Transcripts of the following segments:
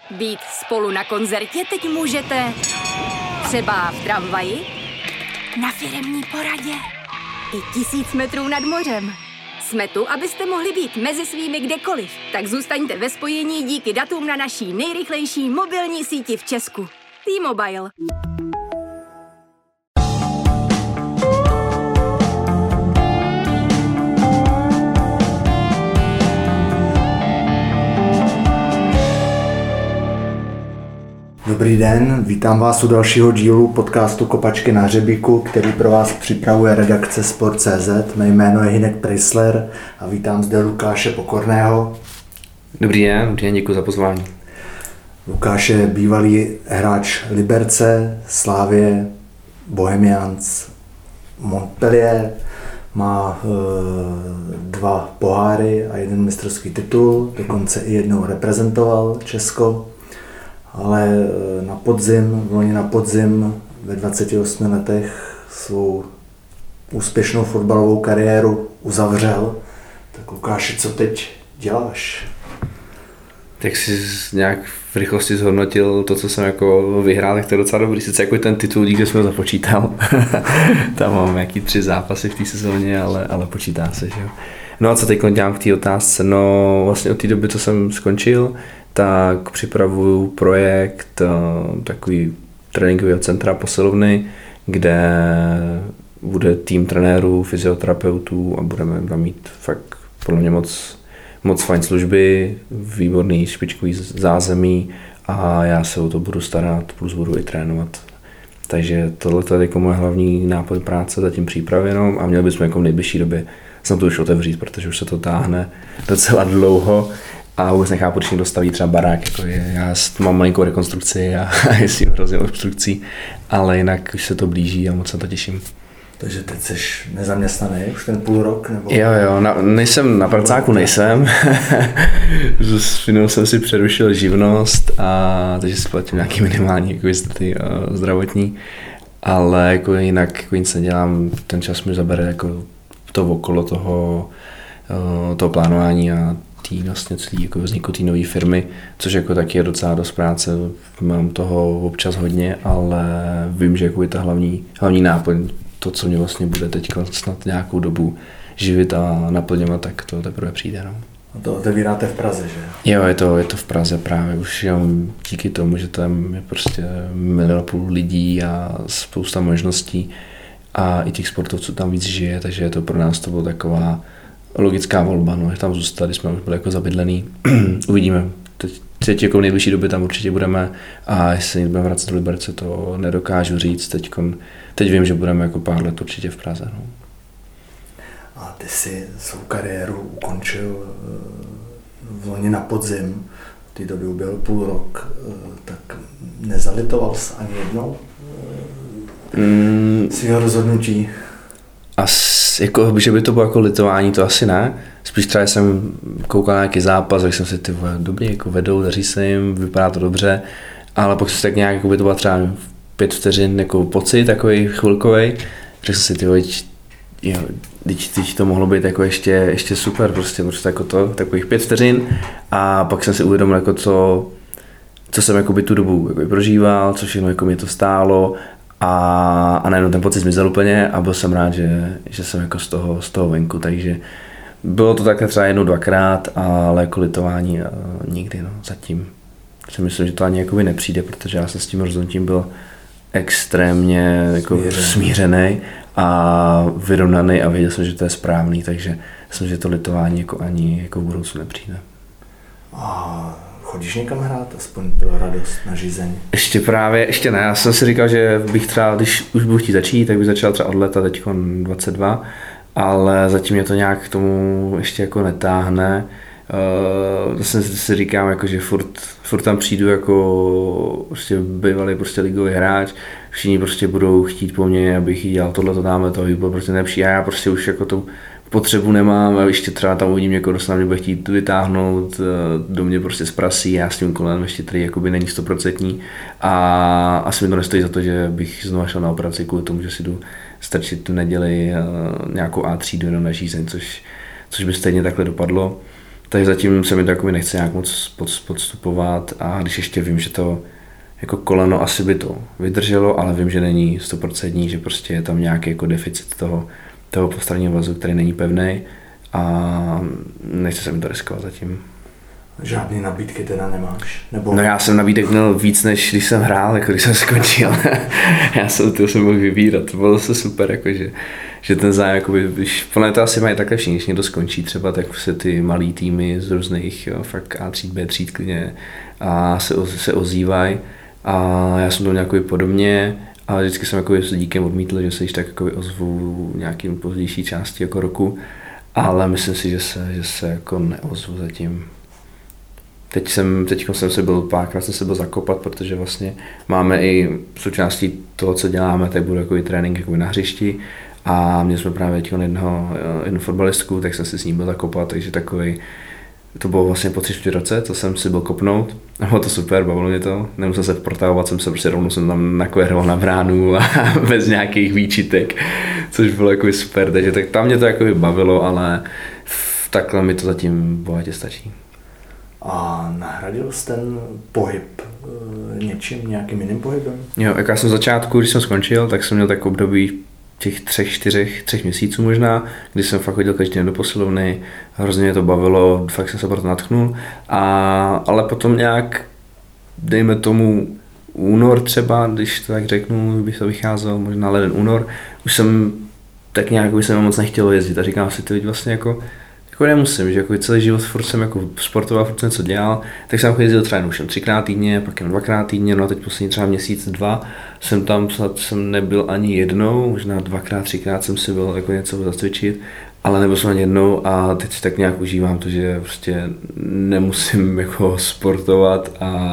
Být spolu na koncertě teď můžete třeba v tramvaji, na firemní poradě i 1000 metrů nad mořem. Jsme tu, abyste mohli být mezi svými kdekoliv. Tak zůstaňte ve spojení díky datům na naší nejrychlejší mobilní síti v Česku. T-Mobile. Dobrý den, vítám vás u dalšího dílu podcastu Kopačky na hřebíku, který pro vás připravuje redakce Sport.cz. Mé jméno je Hynek Preissler a vítám zde Lukáše Pokorného. Dobrý den, děkuji za pozvání. Lukáš je bývalý hráč Liberce, Slavie, Bohemians, Montpellier, má 2 poháry a 1 mistrovský titul, dokonce i jednou reprezentoval Česko. Ale loni na podzim ve 28 letech svou úspěšnou fotbalovou kariéru uzavřel. Tak Lukáši, co teď děláš? Tak jsi nějak v rychlosti zhodnotil to, co jsem jako vyhrál, tak to je docela dobrý. Sice jako ten titul, díky jsem ho započítal. Tam mám nějaký 3 zápasy v té sezóně, ale počítá se, že jo. No a co teď dělám k té otázce? No vlastně od té doby, co jsem skončil, tak připravuju projekt takový tréninkového centra posilovny, kde bude tým trenérů, fyzioterapeutů a budeme tam mít fakt podle mě moc fajn služby, výborný špičkový zázemí a já se o to budu starat, plus budu i trénovat. Takže tohle je jako moje hlavní náplň práce, zatím přípravy jenom a měli bychom jako v nejbližší době jsem to už otevřít, protože už se to táhne docela dlouho. A vůbec nechápu, když někdo staví třeba barák, jako já mám malinkou rekonstrukci a jestli hrozně obstrukcí, ale jinak už se to blíží a moc se to těším. Takže teď jsi nezaměstnaný už ten půl rok? Nebo... Jo, nejsem na pracáku, nejsem. Minul jsem si přerušil živnost, takže si platím nějaký minimální jako jistoty zdravotní, ale jako jinak jako nic nedělám, ten čas mi zabere jako to okolo toho plánování a vlastně celý jako vzniku té nové firmy, což jako taky je docela dost práce, mám toho občas hodně, ale vím, že jako je ta hlavní náplň, to, co mě vlastně bude teď snad nějakou dobu živit a naplňovat, tak to teprve přijde. No. A to otevíráte v Praze, že? Jo, je to v Praze právě, už jenom díky tomu, že tam je prostě 1,5 milionu lidí a spousta možností a i těch sportovců tam víc žije, takže je to pro nás to bylo taková logická volba, no, že tam zůstali, jsme už byli jako zabydlený. Uvidíme. Teď jako v nejbližší době tam určitě budeme a jestli budeme vracet do Liberce, to nedokážu říct. Teď vím, že budeme jako pár let určitě v Praze. No. A ty si svou kariéru ukončil v loni na podzim, v té době byl půl rok, tak nezalitoval jsi ani jednou svého rozhodnutí? Jako, že by to bylo jako litování, to asi ne. Spíš třeba jsem koukal na nějaký zápas, tak jsem si dobrý, jako vedou, daří se jim, vypadá to dobře, ale pak se tak nějak, jako by to byla třeba 5 vteřin jako pocit, takový chvilkovej, řekl jsem si, teď to mohlo být jako ještě super, prostě jako to, takových 5 vteřin a pak jsem si uvědomil, jako co jsem jako by tu dobu jako prožíval, co všechno jako mě to stálo. A najednou ten pocit zmizel úplně a byl jsem rád, že jsem jako z toho venku, takže bylo to takhle třeba 1-2krát, ale jako litování nikdy, no, zatím. Si myslím, že to ani jakoby nepřijde, protože já jsem s tím rozhodnutím byl extrémně jako smířený a vyrovnaný a věděl jsem, že to je správný, takže myslím, že to litování jako ani jako v budoucnu nepřijde. Chodíš někam hrát, aspoň pro radost na řízení? Ještě ne, já jsem si říkal, že bych třeba, když už budu chtít začít, tak bych začal třeba od leta teďko 22, ale zatím mě to nějak k tomu ještě jako netáhne. Zase si říkám, jako, že furt tam přijdu jako prostě bývalý prostě ligový hráč, všichni prostě budou chtít po mně, abych dělal tohle, dáme to, byl prostě nejlepší a já prostě už jako tu potřebu nemám a ještě třeba tam uvidím někoho, kdo se na mě bude chtít vytáhnout do mě prostě z prasí, já s tím kolenem ještě tady jakoby není 100% a asi mi to nestojí za to, že bych znovu šel na operaci kvůli tomu, že si jdu strčit tu neděli nějakou A3 jenom na žízeň, což by stejně takhle dopadlo. Takže zatím se mi to jako nechce nějak moc podstupovat a když ještě vím, že to jako koleno asi by to vydrželo, ale vím, že není 100%, že prostě je tam nějaký jako deficit toho postranního vazu, který není pevný a nechce se mi to riskovat zatím. Žádný nabídky teda nemáš? Nebo... No já jsem nabídek měl víc, než když jsem hrál, jako když jsem skončil. Já jsem mohl vybírat, to bylo zase super, jakože, že ten zájem, jakoby, když plně to asi mají takhle všichni, když někdo skončí třeba, tak se ty malý týmy z různých fakt A tříd, B tříd klidně a se ozývají a já jsem to nějak podobně, ale vždycky jsem jako s díkem odmítl, že se již tak jako ozvu v nějakým pozdější části jako roku, ale myslím si, že se jako neozvu zatím. Teď jsem se byl párkrát zakopat, protože vlastně máme i součástí toho, co děláme, tak bude takový trénink jako na hřišti a měli jsme právě jednu fotbalistku, tak jsem si s ní byl zakopat, takže takový, to bylo vlastně po 3 roce, co jsem si byl kopnout. Bylo to super, bavilo mě to, nemusel se protahovat, jsem se prostě rovnou jsem tam nakvěroval na bránu a bez nějakých výčitek, což bylo jako super, takže tak tam mě to jako bavilo, ale takhle mi to zatím bohatě stačí. A nahradil jsi ten pohyb nějakým jiným pohybem? Jo, jak já jsem v začátku, když jsem skončil, tak jsem měl tak období těch 3 měsíců možná, kdy jsem fakt chodil každý den do posilovny, hrozně mě to bavilo, fakt jsem se proto natchnul, ale potom nějak, dejme tomu únor třeba, když to tak řeknu, bych to vycházel, možná leden únor, už jsem tak nějak by se moc nechtělo jezdit a říkám si, teď vlastně jako nemusím, že jako celý život furt jsem jako sportoval, furt jsem něco dělal, tak jsem jezdil třeba už 3krát týdně, pak jen 2krát týdně, no a teď poslední třeba měsíc, 2 jsem tam snad jsem nebyl ani jednou, možná 2krát, 3krát jsem si byl jako něco zacvičit, ale nebyl jsem ani jednou a teď si tak nějak užívám to, že prostě nemusím jako sportovat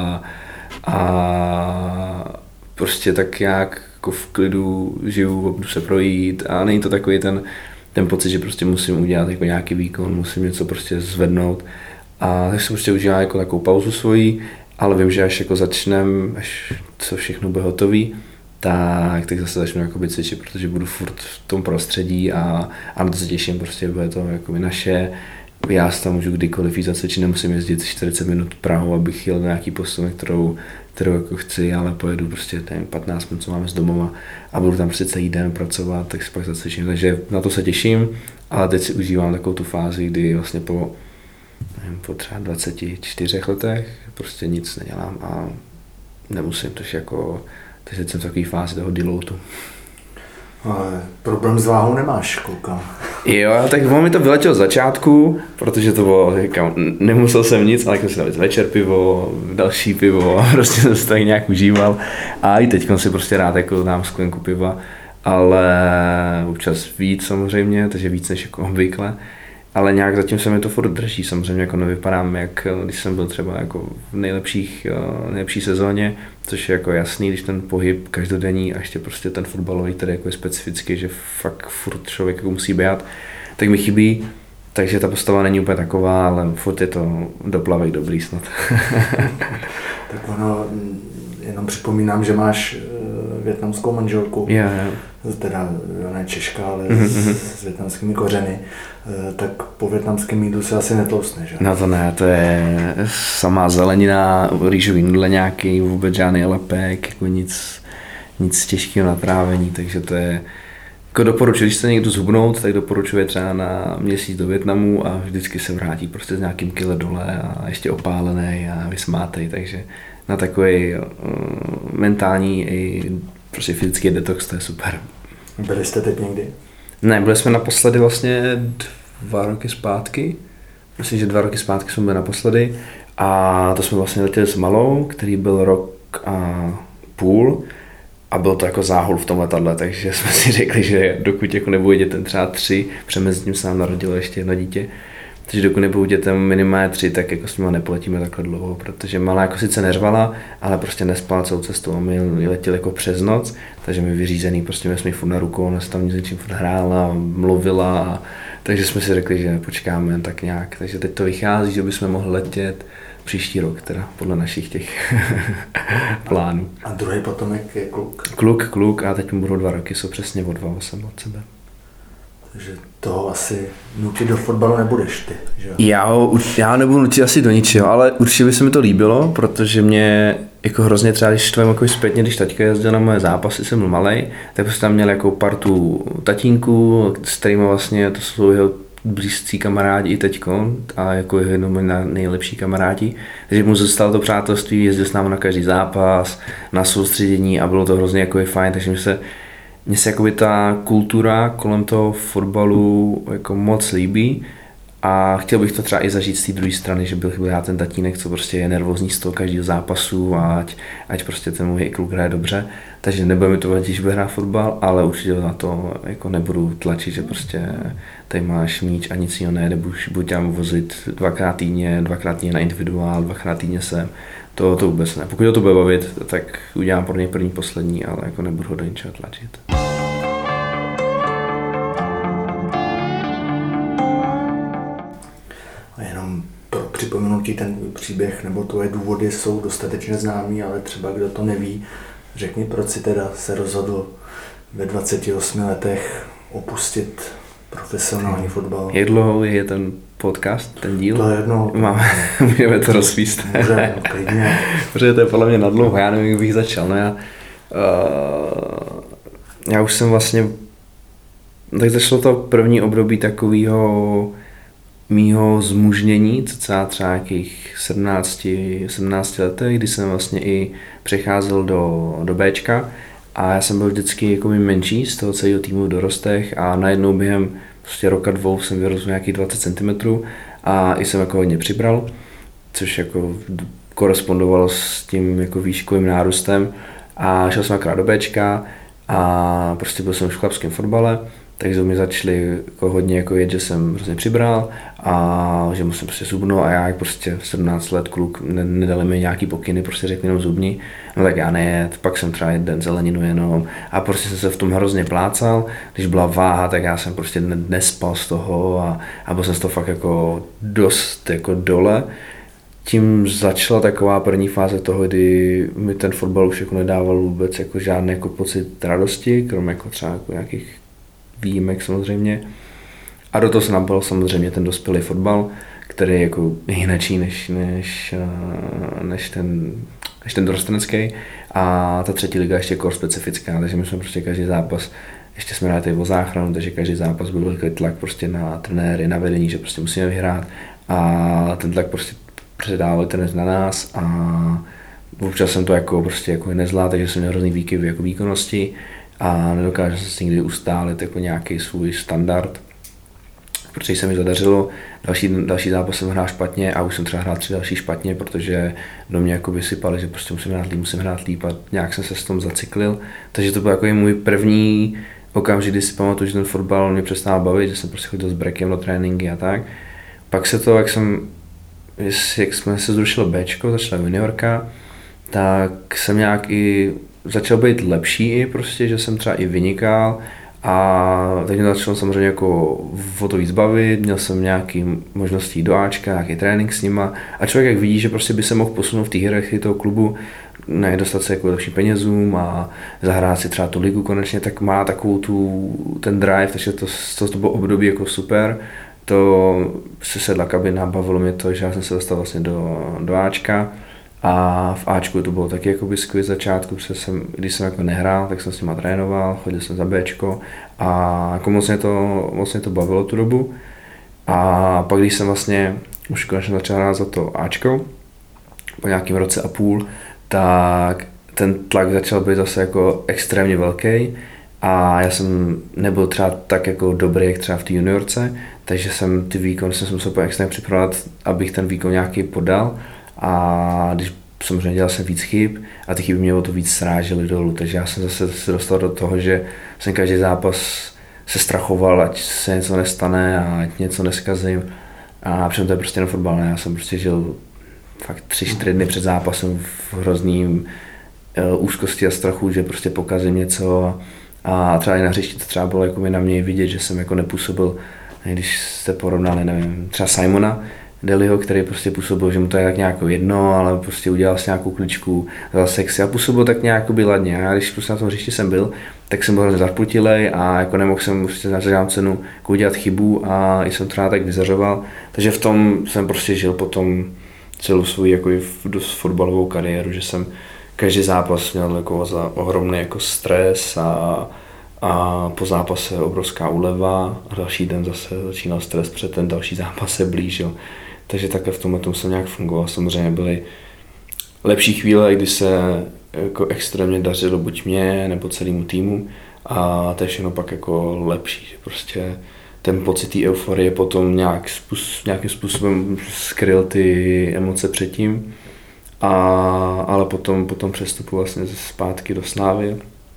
a prostě tak nějak jako v klidu žiju, budu se projít a není to takový ten pocit, že prostě musím udělat jako nějaký výkon, musím něco prostě zvednout a tak se prostě užívám jako takovou pauzu svoji, ale vím, že až jako začnem, až co všechno bude hotový, tak zase začnu jakoby cvičit, protože budu furt v tom prostředí a na to se těším, prostě bude to jakoby naše, já se tam můžu kdykoliv jít zacvičit, nemusím jezdit 40 minut Prahou, abych jel na nějaký postup, kterou jako chci, ale pojedu prostě 15 minut, co máme z domova a budu tam prostě celý den pracovat, tak si pak zacvičím, takže na to se těším, ale teď si užívám takovou tu fázi, kdy vlastně po třeba 24 letech prostě nic nedělám a nemusím, takže jsem v takové fázi toho deloadu. Ale problém s váhou nemáš, koukám. Jo, tak mi to vyletělo z začátku, protože to bylo, říkám, nemusel jsem nic, ale jsem si dal večer pivo, další pivo a prostě jsem se tak nějak užíval. A i teď si prostě rád jako dám sklenku piva, ale občas víc samozřejmě, takže víc než jako obvykle. Ale nějak zatím se mi to furt drží, samozřejmě jako nevypadám, jak když jsem byl třeba jako v nejlepší sezóně, což je jako jasný, když ten pohyb každodenní a ještě prostě ten fotbalový, který jako je specifický, že fakt furt člověk jako musí běhat, tak mi chybí, takže ta postava není úplně taková, ale furt je to doplavek dobrý snad. Tak ono, jenom připomínám, že máš vietnamskou manželku. Yeah. Teda ona je Češka, ale s vietnamskými kořeny, tak po vietnamském jídlu se asi netloustne, že? No to ne, to je samá zelenina, rýžový nudle nějaký, vůbec žádný lepek, jako nic těžkého na trávení, takže to je, jako doporučuji, když se někdo zhubnout, tak doporučuje třeba na měsíc do Vietnamu a vždycky se vrátí prostě s nějakým kile dole a ještě opálený a vysmátej, takže na takový mentální i prostě fyzický detox, to je super. Byli jste teď někdy? Ne, byli jsme naposledy vlastně 2 roky zpátky. Myslím, že 2 roky zpátky jsme byli naposledy a to jsme vlastně letěli s Malou, který byl 1,5 roku a byl to jako záhul v tom letadle, takže jsme si řekli, že dokud jako nebude dětem třeba 3, mezi tím se nám narodilo ještě jedno dítě, takže dokud nebudu dětem minimálně 3, tak jako s nima nepoletíme takhle dlouho, protože Malá jako sice neřvala, ale prostě nespala celou cestu a my letěli jako přes noc, takže my vyřízený, prostě my jsme furt na rukou, ona se tam něčím furt hrála, mluvila, takže jsme si řekli, že počkáme tak nějak, takže teď to vychází, že bychom mohli letět příští rok, teda podle našich těch plánů. A druhý potomek je kluk? Kluk a teď mu budou 2 roky, jsou přesně o 2 od sebe. Takže toho asi nutit do fotbalu nebudeš ty, že? Já nebudu nutit asi do ničeho, ale určitě by se mi to líbilo, protože mě jako hrozně třeba, když to jako zpětně, když taťka jezdil na moje zápasy, jsem byl malej, tak prostě tam měl jako partu tatínků, s kterými vlastně to jsou jeho blízcí kamarádi i teďko a jako jeho nejlepší kamarádi. Takže mu zůstalo to přátelství, jezdil s námi na každý zápas, na soustředění a bylo to hrozně jako fajn, takže mně se jakoby ta kultura kolem toho fotbalu jako moc líbí a chtěl bych to třeba i zažít z té druhé strany, že byl já ten tatínek, co prostě je nervózní z toho každého zápasu a ať prostě ten můj kluk hraje dobře, takže nebude mi to vadit, když bude hrát fotbal, ale určitě na to jako nebudu tlačit, že prostě tady máš míč a nic jiného nejde, buď tam vozit dvakrát týdně na individuál, dvakrát týdně sem. To vůbec ne. Pokud ho to bude bavit, tak udělám pro něj první, poslední, ale jako nebudu ho do ničeho tlačit. A jenom pro připomenutí ten příběh nebo tvoje důvody jsou dostatečně známý, ale třeba kdo to neví, řekni, proč si teda se rozhodl ve 28 letech opustit profesionální fotbal. Jak dlouho je ten podcast, ten díl? To je jedno. Můžeme to rozvíst. Můžeme, klidně. Protože to je podle mě nadlouho, já nevím, jak bych začal. No já už jsem vlastně, tak začalo to první období takového mýho zmužnění, třeba nějakých 17 letech, kdy jsem vlastně i přecházel do Bčka a já jsem byl vždycky jako menší z toho celého týmu v dorostech a najednou během prostě roka, dvou jsem vyrostl nějakých 20 cm a i jsem jako hodně přibral, což jako korespondovalo s tím jako výškovým nárůstem a šel jsem akorát do Bčka a prostě byl jsem už v chlapském fotbale, takže mi začali jako hodně jako jet, že jsem hrozně přibral a že musím prostě zubnout a já jak prostě 17 let kluk, nedali mi nějaký pokyny, prostě řekli jenom zubni, no tak já nejet, pak jsem třeba jeden zeleninu jenom a prostě jsem se v tom hrozně plácal, když byla váha, tak já jsem prostě nespal z toho a byl jsem z toho fakt jako dost jako dole. Tím začala taková první fáze toho, kdy mi ten fotbal už jako nedával vůbec jako žádný jako pocit radosti, kromě jako třeba jako nějakých výjimek samozřejmě. A do toho se nabal samozřejmě ten dospělý fotbal, který je jako jináčí než ten dorostenecký. A ta třetí liga ještě jako specifická, takže my jsme prostě každý zápas, ještě jsme hráli o záchranu, takže každý zápas byl velký tlak prostě na trenéry, na vedení, že prostě musíme vyhrát. A ten tlak prostě předával ten na nás a občas jsem to jako prostě jako nezvládl, takže jsem měl hrozný výkyvy jako výkonnosti a nedokážu se nikdy ustálit jako nějaký svůj standard, protože se mi zadařilo. Další zápas jsem hrál špatně a už jsem třeba hrál 3 další špatně, protože do mě jako vysypali, že prostě musím hrát líp a nějak jsem se s tom zacyklil. Takže to byl jako můj první okamžik, kdy si pamatuju, že ten fotbal mě přestal bavit, že jsem prostě chodil s brekem do tréninky a tak. Pak se to, jak jsme se zrušilo Bčko, začala juniorka, tak jsem nějak i začal být lepší i prostě, že jsem třeba i vynikal a teď mě začalo samozřejmě jako o to víc bavit, měl jsem nějaký možnosti do Ačka, nějaký trénink s nima a člověk jak vidí, že prostě by se mohl posunout v té hierarchii toho klubu, dostat se jako lepší penězům a zahrát si třeba tu ligu konečně, tak má takovou ten drive, takže to bylo období jako super. To se sedla kabina, bavilo mě to, že já jsem se dostal vlastně do Ačka a v Ačku to bylo taky jakoby skvělý začátku, protože když jsem jako nehrál, tak jsem s nima trénoval, chodil jsem za Bčko a jako moc mě to bavilo tu dobu a pak když jsem vlastně už konečně začal hrát za to Ačko po nějakým roce a půl, tak ten tlak začal být zase jako extrémně velký a já jsem nebyl třeba tak jako dobrý, jak třeba v té juniorce, takže jsem se musel extrémně připravovat, abych ten výkon nějaký podal a když samozřejmě dělal jsem víc chyb a ty chyby mě o to víc srážely dolů, takže já jsem zase se dostal do toho, že jsem každý zápas se strachoval, ať se něco nestane a ať něco neskazím a přitom to je prostě na fotbal, já jsem prostě žil fakt 3-4 dny před zápasem v hrozným úzkosti a strachu, že prostě pokazím něco a třeba i na hřišti to třeba bylo jako na mě vidět, že jsem jako nepůsobil, když jste porovnali, nevím, třeba Simona, Deliho, který prostě působil, že mu to je tak nějak jedno, ale prostě udělal si nějakou kličku za sexy a působil tak nějak ladně. Já když prostě na tom hřišti jsem byl, tak jsem byl hrozně zarputilej a jako nemohl jsem prostě za žádnou cenu udělat chybu a jsem to tak vyzařoval. Takže v tom jsem prostě žil potom celou svou jako dost fotbalovou kariéru, že jsem každý zápas měl jako za ohromný jako stres a po zápase obrovská úleva a další den zase začínal stres, protože ten další zápas se blížil. Takže takhle v tomhle tom jsem nějak fungoval. Samozřejmě byly lepší chvíle, kdy se jako extrémně dařilo buď mě nebo celému týmu a to je všechno pak jako lepší, že prostě ten pocit té euforie potom nějakým způsobem skryl ty emoce předtím, ale potom přestupu vlastně zpátky do Slávy,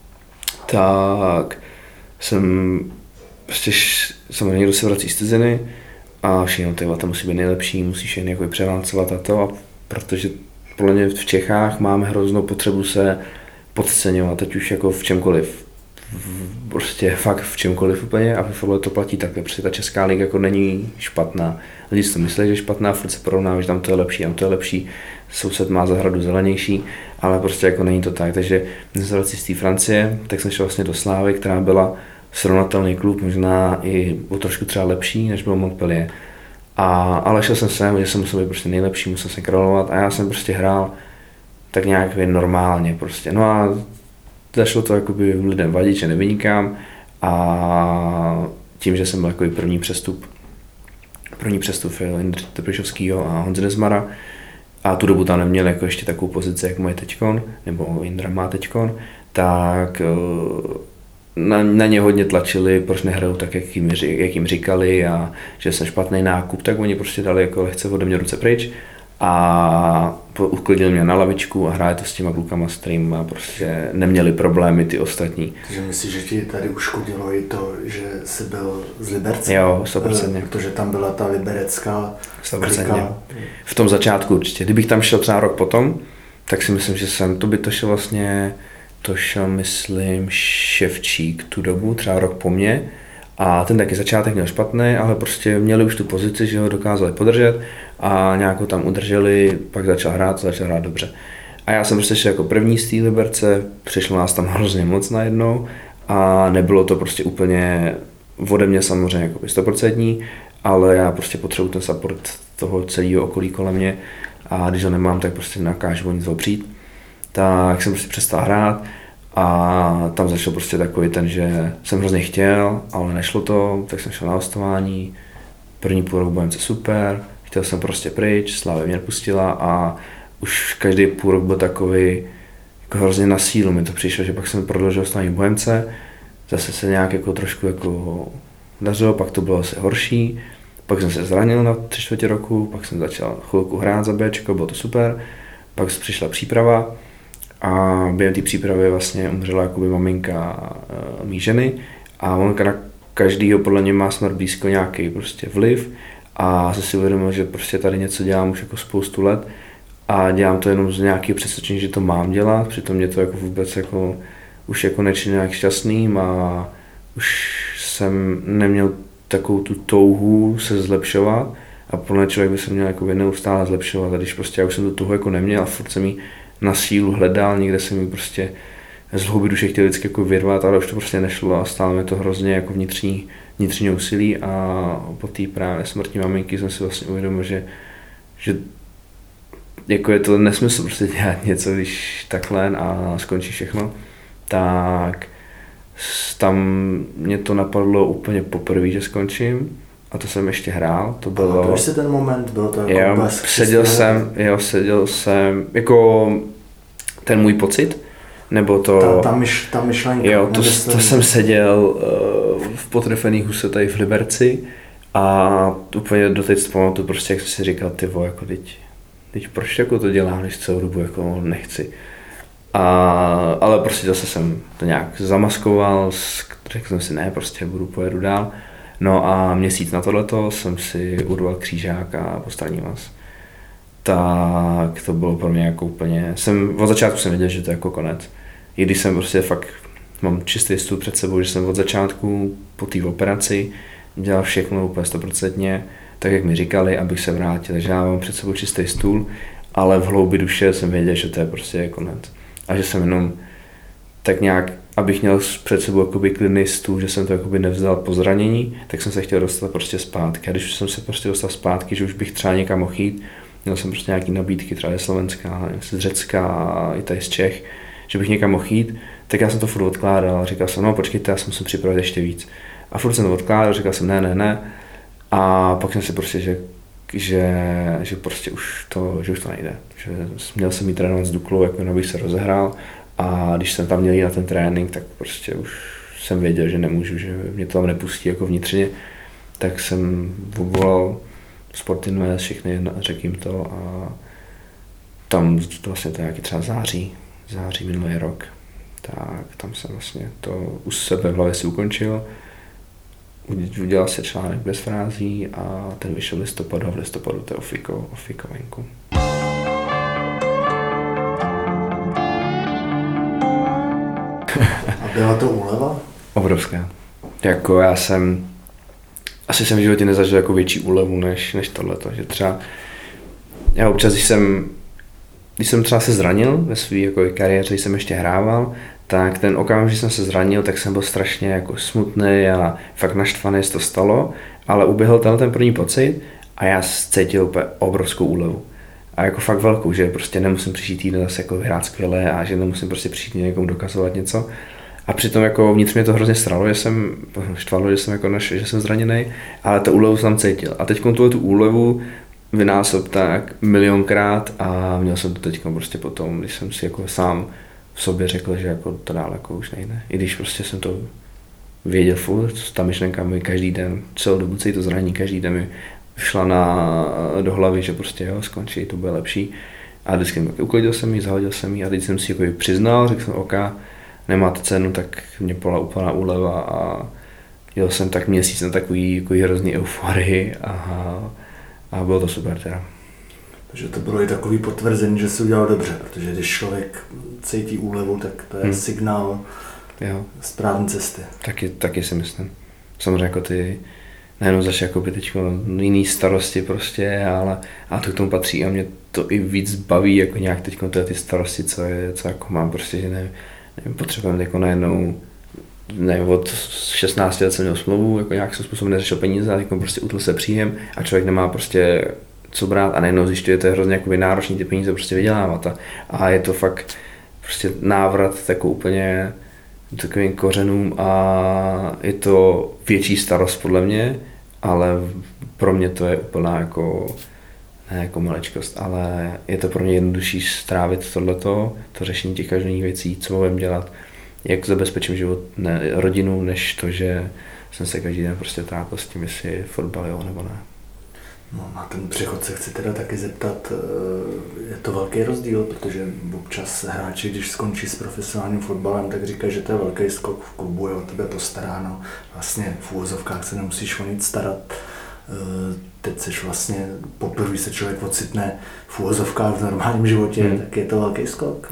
tak jsem prostě samozřejmě někdo se vrací z ciziny a všechno to musí být nejlepší, musíš všechny jako převálcovat a to, a protože podle mě v Čechách máme hroznou potřebu se podceňovat, ať už jako v čemkoliv. Prostě fakt v čemkoliv úplně a ve fotbale to platí takhle, protože ta česká liga jako není špatná. Lidi si to myslí, že je špatná, furt se porovnávají, že tam to je lepší, soused má zahradu zelenější, ale prostě jako není to tak. Takže když jsem z té Francie, tak jsem šel vlastně do Slávy, která byla srovnatelný klub, možná i o trošku třeba lepší, než byl Montpellier. Ale šel jsem sem, že jsem musel být prostě nejlepší, musel jsem královat a já jsem prostě hrál tak nějak normálně prostě. No a začalo to jakoby lidem vadit, že nevynikám a tím, že jsem byl jako první přestup Jindřicha Trpišovskýho a Honzy Nezmara a tu dobu tam neměl jako ještě takovou pozici, jak moje teďkon, nebo Jindra má teďkon, tak na ně hodně tlačili, proč nehrajou tak, jak jim říkali a že jsem špatný nákup, tak oni prostě dali jako lehce ode mě ruce pryč a uklidnil mě na lavičku a hráli to s těma klukama, s kterýma prostě neměli problémy ty ostatní. Takže myslíš, že ti tady uškodilo i to, že jsi byl z Liberce? Jo, 100%. Protože tam byla ta liberecká 100%. klika. V tom začátku určitě. Kdybych tam šel třeba rok potom, tak si myslím, že to šel myslím Ševčík tu dobu, třeba rok po mně. A ten taky začátek měl špatný, ale prostě měli už tu pozici, že ho dokázali podržet a nějak ho tam udrželi, pak začal hrát dobře. A já jsem prostě šel jako první z té Liberce, přišlo nás tam hrozně moc najednou a nebylo to prostě úplně ode mě samozřejmě jako 100%, ale já prostě potřebuji ten support toho celého okolí kolem mě a když ho nemám, tak prostě nakážu o nic opřít. Tak jsem prostě přestal hrát a tam začal prostě takový ten, že jsem hrozně chtěl, ale nešlo to, tak jsem šel na hostování, první půl rok Bohemce super, chtěl jsem prostě pryč, Slávě mě pustila a už každý půl rok byl takový jako hrozně na sílu mi to přišlo, že pak jsem prodloužil hostování v Bohemce, zase se nějak jako trošku jako dařilo, pak to bylo asi horší, pak jsem se zranil na 3/4 roku, pak jsem začal chvilku hrát za Bčko, bylo to super, pak přišla příprava a během té přípravy vlastně umřela jakoby maminka mý ženy a maminka na každýho podle mě má snad blízko nějaký prostě vliv a jsem si uvědomil, že prostě tady něco dělám už jako spoustu let a dělám to jenom z nějakého přesvědčení, že to mám dělat, přitom mě to jako vůbec jako už jako nečiní nějak šťastným a už jsem neměl takovou tu touhu se zlepšovat a podle mě člověk by se měl jako neustále zlepšovat a když prostě já už jsem tu touhu jako neměl a furt jsem jí na sílu hledal, někde jsem mi prostě z hloubi duše chtěl vždycky jako vyrvat, ale už to prostě nešlo a stále mi to hrozně jako vnitřní úsilí a po té právě smrti maminky jsem si vlastně uvědomil, že jako je to nesmysl prostě dělat něco, když takhle a skončí všechno, tak tam mě to napadlo úplně poprvé, že skončím a to jsem ještě hrál, to bylo... A to si ten moment, bylo to jako jo, seděl jsem, jako ten můj pocit, nebo to... Ta myšlenka. Jo, to jsem seděl v potrefený huse tady v Liberci a úplně doteď zpamatuju prostě, jak jsem si říkal, ty vole, jako teď proč jako to dělám, když celou dobu jako nechci. Ale prostě zase jsem to nějak zamaskoval, řekl jsem si ne, prostě pojedu dál. No a měsíc na tohleto jsem si urval křížák a postraní vás. Tak to bylo pro mě jako úplně, od začátku jsem věděl, že to je jako konec. I když jsem prostě fakt, mám čistý stůl před sebou, že jsem od začátku po té operaci dělal všechno úplně 100%, tak jak mi říkali, abych se vrátil, takže já mám před sebou čistý stůl, ale v hloubi duše jsem věděl, že to je prostě konec. A že jsem jenom tak nějak, abych měl před sebou jakoby klidný stůl, že jsem to jakoby nevzdal po zranění, tak jsem se chtěl dostat prostě zpátky. A když jsem se prostě dostal zpátky, že už bych třeba někam mohl jít, měl jsem prostě nějaký nabídky, třeba ze Slovenska, z Řecka a i tady z Čech, že bych někam mohl jít, tak já jsem to furt odkládal. Říkal jsem, no počkejte, já jsem se připravil ještě víc. A furt jsem to odkládal, říkal jsem ne. A pak jsem si prostě řekl, že prostě už to nejde. Že měl jsem jít trénovat s Duklou, jak bych se rozehrál. A když jsem tam měl jít na ten trénink, tak prostě už jsem věděl, že nemůžu, že mě to tam nepustí jako vnitřně. Tak jsem volal Sportinvest, všechny, řekl jim to a tam vlastně to nějaký třeba září minulý rok. Tak tam jsem vlastně to u sebe v hlavě si ukončil. Udělal se článek bez frází a ten vyšel v listopadu a v listopadu to je ofiko venku. A byla to úleva? Obrovská. Jako já jsem v životě nezažil jako větší úlevu než tohleto, že třeba já občas, když jsem třeba se zranil ve své jako kariéře, když jsem ještě hrával, tak ten okamžik, když jsem se zranil, tak jsem byl strašně jako smutný a fakt naštvaný, že to stalo, ale uběhl ten první pocit a já cítil úplně obrovskou úlevu. A jako fakt velkou, že prostě nemusím příští týden zase jako hrát skvěle a že nemusím prostě příští někomu dokazovat něco. A přitom jako vnitř mě to hrozně štvalo, že jsem zraněný, ale ta úlevu jsem tam cítil. A teď tu úlevu vynásob tak milionkrát a měl jsem to teď prostě potom, když jsem si jako sám v sobě řekl, že jako to dál jako už nejde. I když prostě jsem to věděl furt, ta myšlenka mi každý den, celou dobu celý to zranění, každý den mi šla do hlavy, že prostě jo, skončí, to bude lepší. A vždycky uklidil jsem ji, zahodil jsem ji a teď jsem si jako přiznal, řekl jsem, OK, nemá to cenu, tak mě byla úplná úleva a jel jsem tak měsíc na takový hrozný euforii a bylo to super teda. Takže to bylo i takový potvrzení, že jsi udělal dobře, protože když člověk cítí úlevu, tak to je signál správné cesty. Taky si myslím. Samozřejmě jako ty nejenom zaš jakoby teď jiný starosti prostě, ale a to k tomu patří a mě to i víc baví jako nějak teď ty starosti, co jako mám prostě, že nevím, potřebujeme jako najednou, nevím, od 16 let jsem měl smlouvu, jako nějakým způsobem neřešil peníze a teď prostě utl se příjem a člověk nemá prostě co brát a najednou zjišťuje, to je hrozně jakoby náročný ty peníze prostě vydělávat a je to fakt prostě návrat takovou úplně takovým kořenům a je to větší starost podle mě, ale pro mě to je úplná jako, ne jako maličkost, ale je to pro mě jednodušší strávit tohleto, to řešení těch každodenních věcí, co budeme dělat, jak zabezpečím život, rodinu, než to, že jsem se každý den prostě trápil s tím, jestli fotbal jo nebo ne. No, na ten přechod se chci teda taky zeptat, je to velký rozdíl, protože občas hráči, když skončí s profesionálním fotbalem, tak říkají, že to je velký skok v klubu, je o tebe postaráno, vlastně v úvozovkách se nemusíš o nic starat. Teď seš vlastně, poprvé se člověk ocitne v úvozovkách v normálním životě, tak je to velký skok?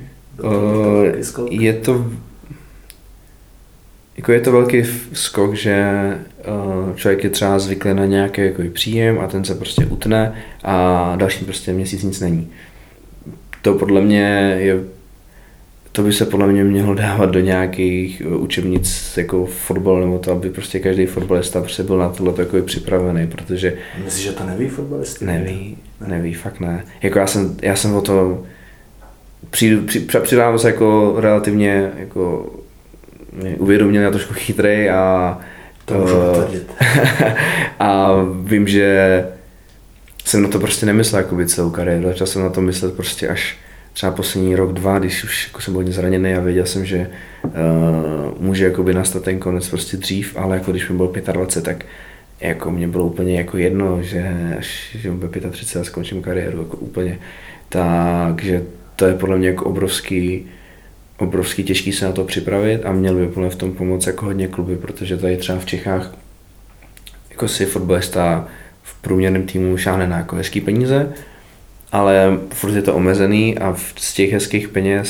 Je to velký skok, že člověk je třeba zvyklý na nějaký jako příjem a ten se prostě utne a další prostě měsíc nic není. To podle mě to by se podle mě mělo dávat do nějakých učebnic jako fotbal, nebo to, aby prostě každý fotbalista prostě byl na tohle takový připravený, protože... Myslíš, že to neví fotbalisti? Neví, fakt ne. Jako já jsem o to přidávám se jako relativně jako uvědomil, já trošku chytrej a to můžu potvrdit. A vím, že jsem na to prostě nemyslel jakoby celou kariéru, začal jsem na to myslet prostě až třeba poslední rok, 2, když už jako jsem byl hodně zraněný a věděl jsem, že může jakoby nastat ten konec prostě dřív, ale jako když mi bylo 25, tak jako mě bylo úplně jako jedno, že až že bude 35 a skončím kariéru jako úplně. Takže to je podle mě jako obrovský těžký se na to připravit a měl by úplně v tom pomoct jako hodně kluby, protože tady třeba v Čechách jako si fotbalista v průměrném týmu šáhne na jako hezký peníze, ale furt je to omezený a z těch hezkých peněz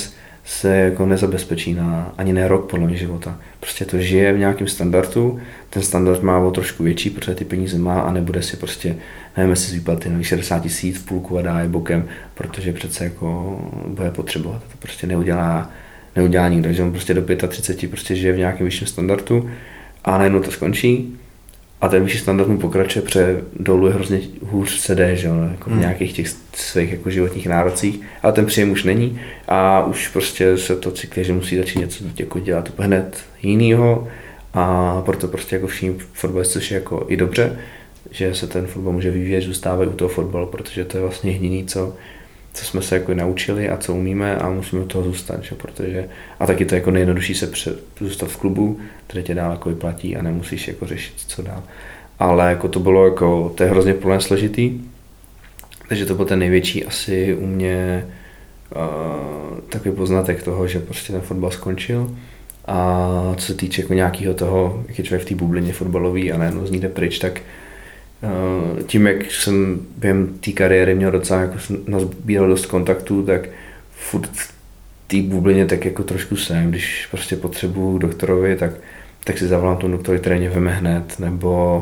se jako nezabezpečí na ani ne rok podle mě života. Prostě to žije v nějakém standardu, ten standard má o trošku větší, protože ty peníze má a nebude si prostě, nevím, si z výplaty na 60 000 v půlku a dá je bokem, protože přece jako bude potřebovat. To prostě neudělá nikdo, že on prostě do 35 prostě žije v nějakém vyšším standardu a najednou to skončí a ten vyšší standard mu pokračuje, protože dolů je hrozně hůř se jde, že jo, jako v nějakých těch svých jako životních nárocích, ale ten příjem už není a už prostě se to cyklí, že musí začít něco jako dělat hned jinýho a proto prostě jako všichni fotbalisti, což je jako i dobře, že se ten fotbal může vyvíjet, zůstávají u toho fotbalu, protože to je vlastně jediný, co jsme se jako naučili a co umíme a musíme u toho zůstat, že? Protože a taky to jako nejjednodušší se zůstat v klubu, který tě dál jako vyplatí a nemusíš jako řešit, co dál. Ale jako to bylo jako, to je hrozně plně složitý, takže to byl ten největší asi u mě takový poznatek toho, že prostě ten fotbal skončil a co se týče jako nějakého toho, jak je člověk v té bublině fotbalový a najednou z ní jde pryč, tak tím, jak jsem během té kariéry měl docela jako nazbíral dost kontaktů, tak furt v té bublině tak jako trošku jsem, když prostě potřebuju doktorovi, tak si zavolám tomu doktorovi, který mě veme hned, nebo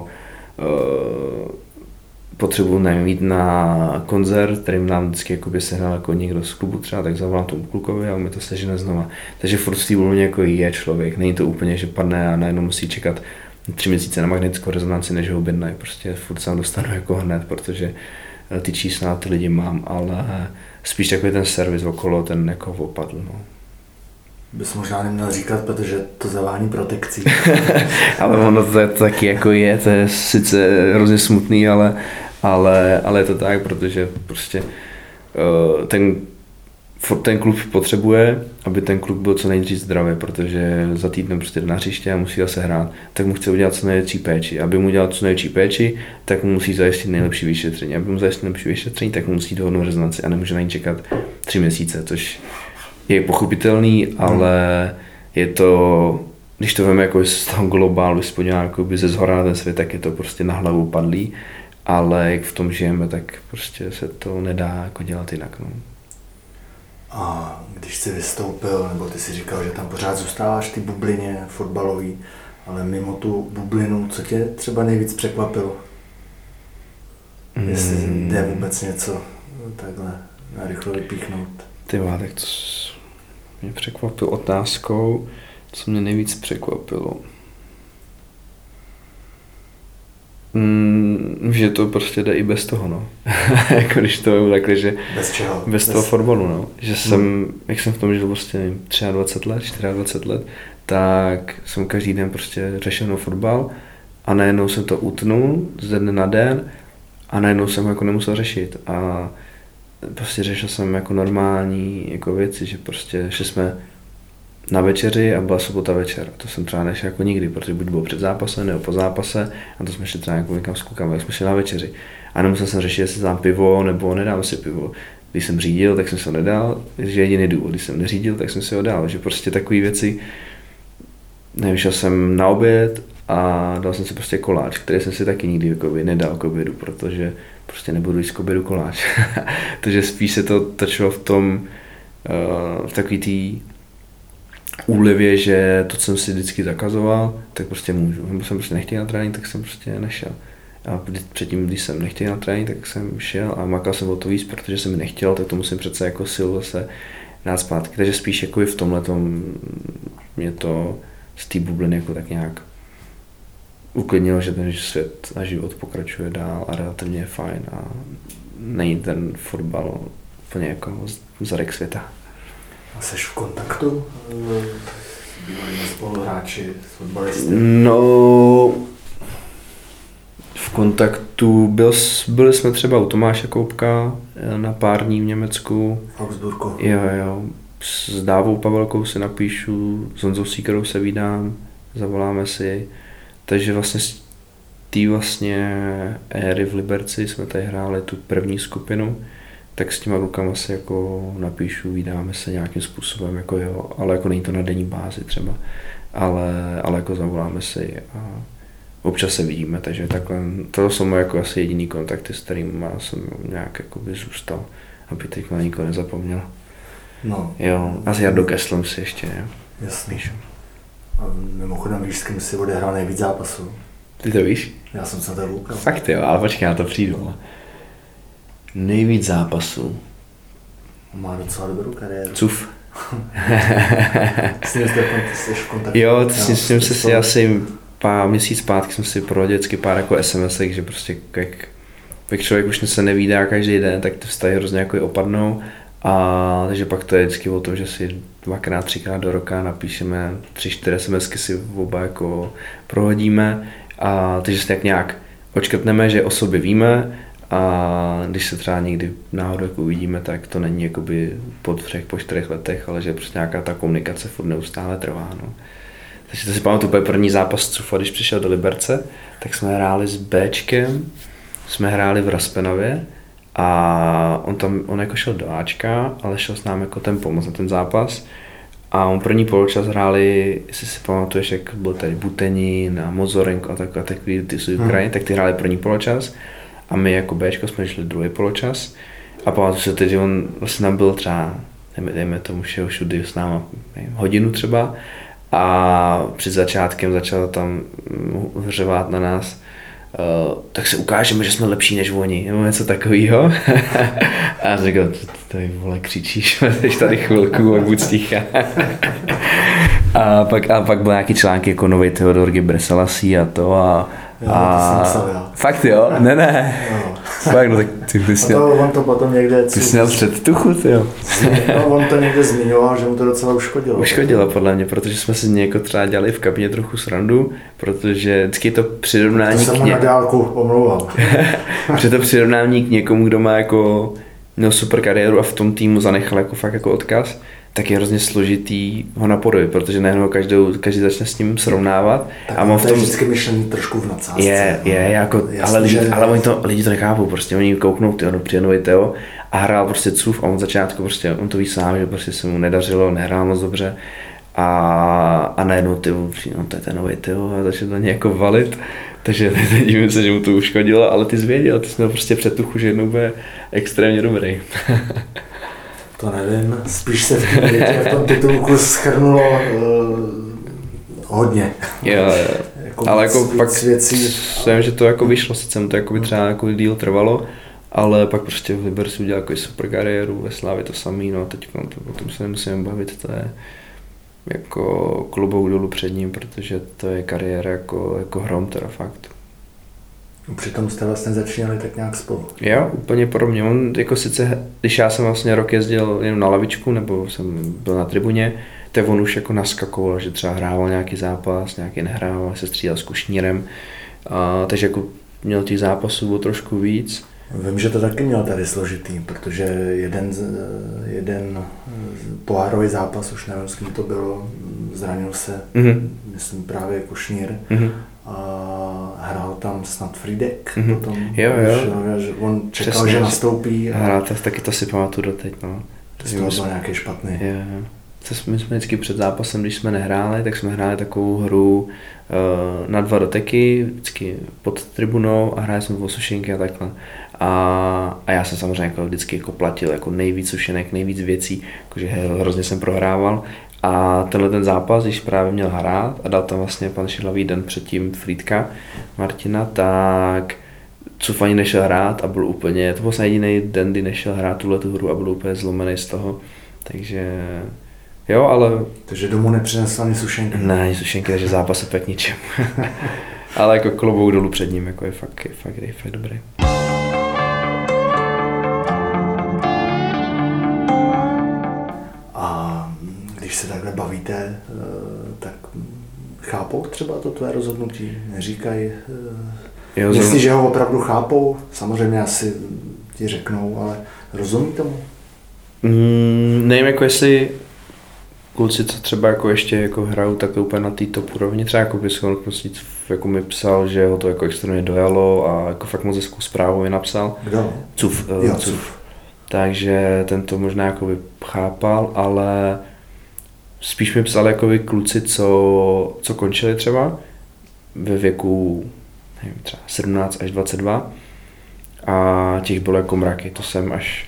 potřebuju jít na koncert, který nám vždycky jakoby sehnal jako někdo z klubu třeba, tak zavolám tomu klukovi a on mi to sežene znova. Takže furt v té bublině jako je člověk, není to úplně, že padne a najednou musí čekat 3 měsíce na magnetickou rezonanci, než ho objednají. Prostě furt se dostanu jako hned, protože ty čísla ty lidi mám, ale spíš takový ten servis okolo, ten jako opadl. No. Bys možná neměl říkat, protože to zavání protekcí. Ale ono to taky jako je, to je sice hrozně smutný, ale je to tak, protože prostě ten klub potřebuje, aby ten klub byl co nejdřív zdravý, protože za týden prostě jde na hřiště a musí zase hrát, tak mu chce udělat co největší péči. Aby mu udělal co největší péči, tak mu musí zajistit nejlepší vyšetření. Aby mu zajistit nejlepší vyšetření, tak mu musí dohodnout rezonanci a nemůže na ní čekat 3 měsíce, což je pochopitelný, ale je to, když to veme jako z toho globálu, jako ze zhora na ten svět, tak je to prostě na hlavu padlý, ale jak v tom žijeme, tak prostě se to nedá jako dělat jinak. No. A když jsi vystoupil, nebo ty si říkal, že tam pořád zůstáváš v té bublině fotbalový, ale mimo tu bublinu, co tě třeba nejvíc překvapilo? Jestli jde vůbec něco takhle narychlo vypíchnout. Tak to mě překvapilo otázkou, co mě nejvíc překvapilo. Že to prostě jde i bez toho, no. Jako když to je takhle, že bez čeho? Bez toho fotbalu, no. Že jak jsem v tom žil prostě 23 let, 24 let, tak jsem každý den prostě řešil fotbal a najednou jsem to utnul ze dne na den a najednou jsem jako nemusel řešit a prostě řešil jsem jako normální jako věci, že prostě šli jsme na večeři a byla sobota večer. To jsem třeba nešel jako nikdy, protože buď bylo před zápasem nebo po zápase a to jsme šli třeba jako někam s klukama, jak jsme šli na večeři. A nemusel jsem řešit, jestli dám pivo nebo nedám si pivo. Když jsem řídil, tak jsem si ho nedal, že jediný důvod. Když jsem neřídil, tak jsem si ho dal. Že prostě takové věci, nevyšel jsem na oběd a dal jsem si prostě koláč, který jsem si taky nikdy jako nedal k obědu, protože prostě nebudu jíst k obědu koláč. Takže spíš se to točilo v tom, v takový tý úlevě, že to, co jsem si vždycky zakazoval, tak prostě můžu. Když jsem prostě nechtěl na trénink, tak jsem prostě nešel. A předtím, když jsem nechtěl na trénink, tak jsem šel a makal jsem o to víc, protože jsem mi nechtěl, tak to musím přece jako sil zase dát zpátky. Takže spíš jako i v tomhletom mě to z té bubliny jako tak nějak uklidnilo, že ten svět a život pokračuje dál a relativně je fajn a není ten fotbal úplně jako zadek světa. A jsi v kontaktu s bývalými spoluhráči, s fotbalisty? No, v kontaktu byli jsme třeba u Tomáše Koupka na pár dní v Německu. V Augsburgu. Jo. S Dávou Pavelkou si napíšu, s Honzou Síkerou se vídám, zavoláme si. Takže vlastně z té vlastně éry v Liberci jsme tady hráli tu první skupinu, tak s těma klukama se jako napíšu, vídáme se nějakým způsobem, jako jo, ale jako není to na denní bázi třeba, ale jako zavoláme si a občas se vidíme, takže takhle, to jsou moje jako asi jediný kontakty, s kterými jsem nějak jako by zůstal, aby teď na nikoho nezapomněl. No. Jo, a s Jardou Kesslem si ještě, jo. Jasně. Píšu. A mimochodem víš, s kým si odehrál nejvíc zápasů? Ty to víš? Já jsem se to koukal. Fakt jo, ale počkej, já to přijdu. Nejvíc zápasů. Má docela dobrou kariéru. Cuf. S ním jsi v kontaktu? Jo, s ním si asi měsíc zpátky jsem si prohodil vždycky pár jako SMS-ek, že prostě jak člověk už se nevídá každý den, tak ty vztahy hrozně jako opadnou. A takže pak to je vždycky o tom, že si 2x, 3x do roka napíšeme 3-4 SMSky si oba jako prohodíme. A takže se tak nějak očkrtneme, že o sobě víme, a když se třeba někdy náhodou jako uvidíme, tak to není jakoby po 4 letech, ale že prostě nějaká ta komunikace furt neustále trvá. No. Takže to si pamatuju, úplně první zápas Cufa, když přišel do Liberce, tak jsme hráli s Bčkem, jsme hráli v Raspenavě a on jako šel do Ačka, ale šel s námi jako ten pomoc na ten zápas. A on první poločas hráli, jestli si pamatuješ, jak byl tady Butenín a Mozorenko a takový ty z Ukrajiny, tak ty hráli první poločas a my jako Bčko jsme šli druhý poločas a pamatuju se teď, že on vlastně nám byl třeba, dejme tomu šel všudy s náma hodinu třeba a před začátkem začal tam hřevát na nás, tak se ukážeme, že jsme lepší než oni, nebo něco takového. A já jsem říkal, tady vole křičíš, jsi tady chvilku a buď ticha. A pak byl nějaký články jako nový Theodor Ghebreselassie a to a jo, to jsem psal já. Fakt jo? Ne. No. Fakt, no tak ty jsi měl... On to potom někde... Ty jsi měl předtuchu, jo. No, on to někde zmiňoval, že mu to docela uškodilo. Uškodilo podle mě, protože jsme si jako třeba dělali v kabině trochu srandu, protože vždycky to přirovnání... To jsem mu na dálku omlouval. Protože to přirovnání k někomu, kdo má jako... měl super kariéru a v tom týmu zanechal jako fakt jako odkaz, tak je hrozně složitý ho napodobit, protože najednou každý začne s ním srovnávat. Tak a mám v tom vždycky myšlení trošku v nadsázce. Je, jako, jasný, ale lidi to nechápou, prostě oni kouknou, přijde nový Teo a hrál prostě Cuf a on začátku prostě, on to ví sám, že prostě se mu nedařilo, nehrál moc dobře a najednou to je ten nový Teo a začne to nějak valit. Takže nedivím se, že mu to uškodilo, ale ty jsi věděl, ty jsi měl prostě předtuchu, že jednou bude extrémně dobrý. To nevím, spíš se v tom titulku schrnulo hodně. Jo. Jako ale jako pak věcí. Vím, že to jako vyšlo, sice mu to jako by třeba jako díl trvalo, ale pak prostě v Liberci udělal jako super kariéru, ve Slávě to samý, no a teď o tom se nemusíme bavit, to je jako klobouk dolů před ním, protože to je kariéra jako hrom teda fakt. Přitom jste vlastně začínali tak nějak spolu. Jo, úplně podobně. On jako sice, když já jsem vlastně rok jezdil jenom na lavičku, nebo jsem byl na tribuně, tak on už jako naskakoval, že třeba hrával nějaký zápas, nějaký nehrával, se střídal s Kušnírem, takže jako měl těch zápasů bylo trošku víc. Vím, že to taky měl tady složitý, protože jeden pohárový zápas, už nevím, s kým to bylo, zranil se, myslím právě Kušnýr, a hrál tam snad Frýdek potom. Jo. Že on čekal, přesně, že nastoupí. A hrál taky to si pamatuju doteď, no. To byl nějaký špatný. Jo. My jsme vždycky před zápasem, když jsme nehráli, tak jsme hráli takovou hru na 2 doteky, vždycky pod tribunou a hráli jsme o sušenky a takhle. A já jsem samozřejmě jako vždycky jako platil jako nejvíc sušenek, nejvíc věcí, jakože hrozně jsem prohrával. A tenhle ten zápas, když právě měl hrát a dal tam vlastně pan Šidlavý den předtím Frýdka Martina, tak Cuf ani nešel hrát a byl úplně, to byl jediný den, kdy nešel hrát tuhletu hru a byl úplně zlomený z toho, takže jo, ale... Takže domů nepřinesl ani sušenky. Ne, ani sušenky, takže zápas opět k ničemu. Ale jako klobouk dolů před ním, jako je fakt dobrý. A když se takhle bavíte, tak chápou třeba to tvé rozhodnutí? Neříkají? Myslíš, že ho opravdu chápou? Samozřejmě asi ti řeknou, ale rozumí tomu? Nevím, jako jestli kluci, co třeba jako ještě jako hrajou tak úplně na té top úrovni, třeba jako by jako mi psal, že ho to jako extrémně dojalo a jako fakt moc hezkou zprávu mi napsal. Kdo? Cuf. Cuf. Takže ten to možná jako by chápal, ale spíš mi psali jako by kluci, co končili třeba ve věku nevím, třeba 17 až 22 a těch bylo jako mraky, to jsem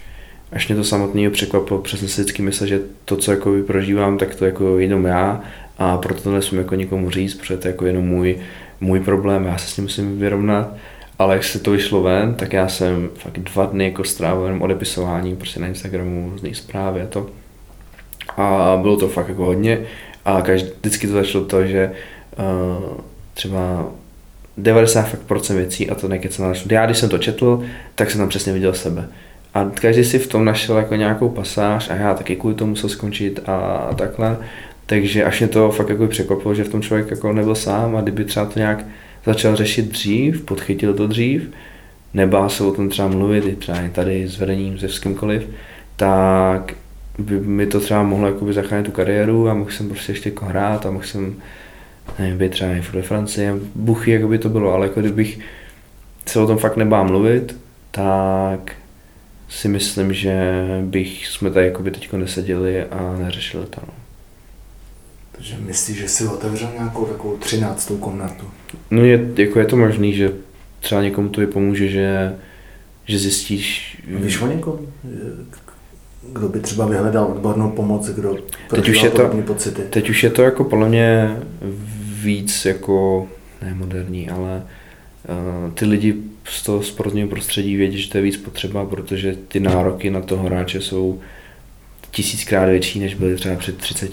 až mě to samotného překvapilo, přesně si vždycky myslel, že to, co jako prožívám, tak to jako jenom já a proto to nesmím jako nikomu říct, protože to je jako jenom můj problém, já se s tím musím vyrovnat. Ale jak se to vyšlo ven, tak já jsem fakt 2 dny jako strávil jenom odepisováním prostě na Instagramu, různých zprávy a to. A bylo to fakt jako hodně a vždycky to začalo to, že třeba 90% věcí, a to nekecám našel. Já když jsem to četl, tak jsem tam přesně viděl sebe. A každý si v tom našel jako nějakou pasáž a já taky kvůli tomu musel skončit a takhle. Takže až mě to fakt jako překvapilo, že v tom člověk jako nebyl sám a kdyby třeba to nějak začal řešit dřív, podchytil to dřív, nebál se o tom třeba mluvit, i třeba i tady s vedením, s kýmkoliv, tak by mi to třeba mohlo jakoby zachránit tu kariéru a mohl jsem prostě ještě jako hrát a mohl jsem nevím, být třeba i ve Francii, buchy, jako by to bylo, ale jako kdybych se o tom fakt nebál mluvit, tak si myslím, že jsme tady jakoby teďko neseděli a neřešili to. No. Takže myslíš, že jsi otevřel nějakou takovou 13. komnatu? No je to možný, že třeba někomu to pomůže, že zjistíš... Víš o někom? Kdo by třeba vyhledal odbornou pomoc, kdo prožíval podobné pocity? Teď už je to jako podle mě víc jako, ne moderní, ale ty lidi z toho sportovního prostředí vědí, že to je víc potřeba, protože ty nároky na toho hráče jsou 1000krát větší, než byly třeba před 30,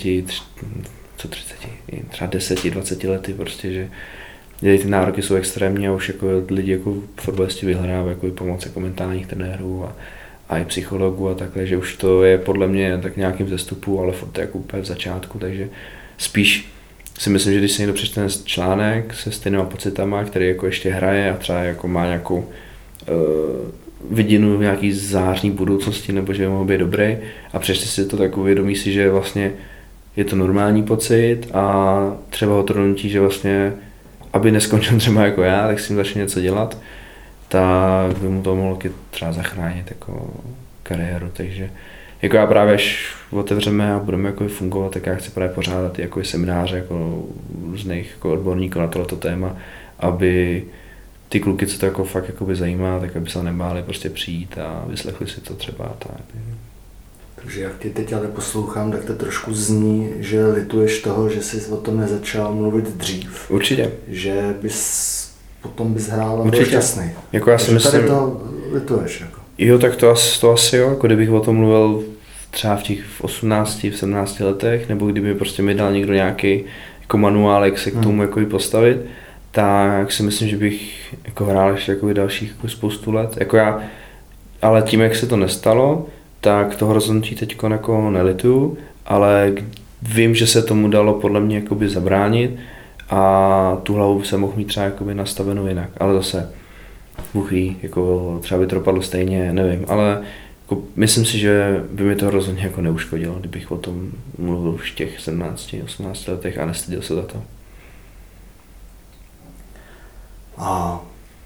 třeba 10, 20 lety prostě, že ty nároky jsou extrémní a už jako lidi jako fotbalisti vyhledávají jako pomoc jako mentálních trenérů a i psychologů a takhle, že už to je podle mě tak nějakým vzestupu, ale to je jako úplně v začátku, takže spíš si myslím, že když se někdo přečte článek se stejnýma pocitama, který jako ještě hraje a třeba jako má nějakou vidinu nějaký zářní budoucnosti nebo že mohl být dobrý a přečte si to, tak uvědomí si, že vlastně je to normální pocit a třeba ho to donutí, že vlastně, aby neskončil třeba jako já, tak si jim začne něco dělat, tak by mu to mohlo třeba zachránit jako kariéru, takže jako já právě až otevřeme a budeme jako fungovat, tak já chci právě pořádat jako semináře jako různých jako odborníků na tohleto téma, aby ty kluky, co to jako fakt jako by zajímá, tak aby se nebáli prostě přijít a vyslechli si to třeba tak. Takže jak tě teď ale poslouchám, tak to trošku zní, že lituješ toho, že jsi o tom nezačal mluvit dřív. Určitě. Že potom bys hrál a byl šťastný. Jako já si myslím, tady to lituješ. Jako. Jo, tak to asi jo, jako kdybych o tom mluvil třeba v těch 18, v 17 letech, nebo kdyby prostě mi dal někdo nějaký jako manuál, jak se k tomu jako postavit, tak si myslím, že bych jako hrál ještě jako dalších jako spoustu let. Jako já, ale tím, jak se to nestalo, tak toho rozhodnutí teď jako nelituju, ale vím, že se tomu dalo podle mě jakoby zabránit a tu hlavu se mohl mít třeba jakoby nastavenou jinak, ale zase Bůh ví, jako třeba by to dopadlo stejně, nevím, ale jako myslím si, že by mi to rozhodně jako neuškodilo, kdybych o tom mluvil už v těch 17, 18 letech a nestyděl se za to. A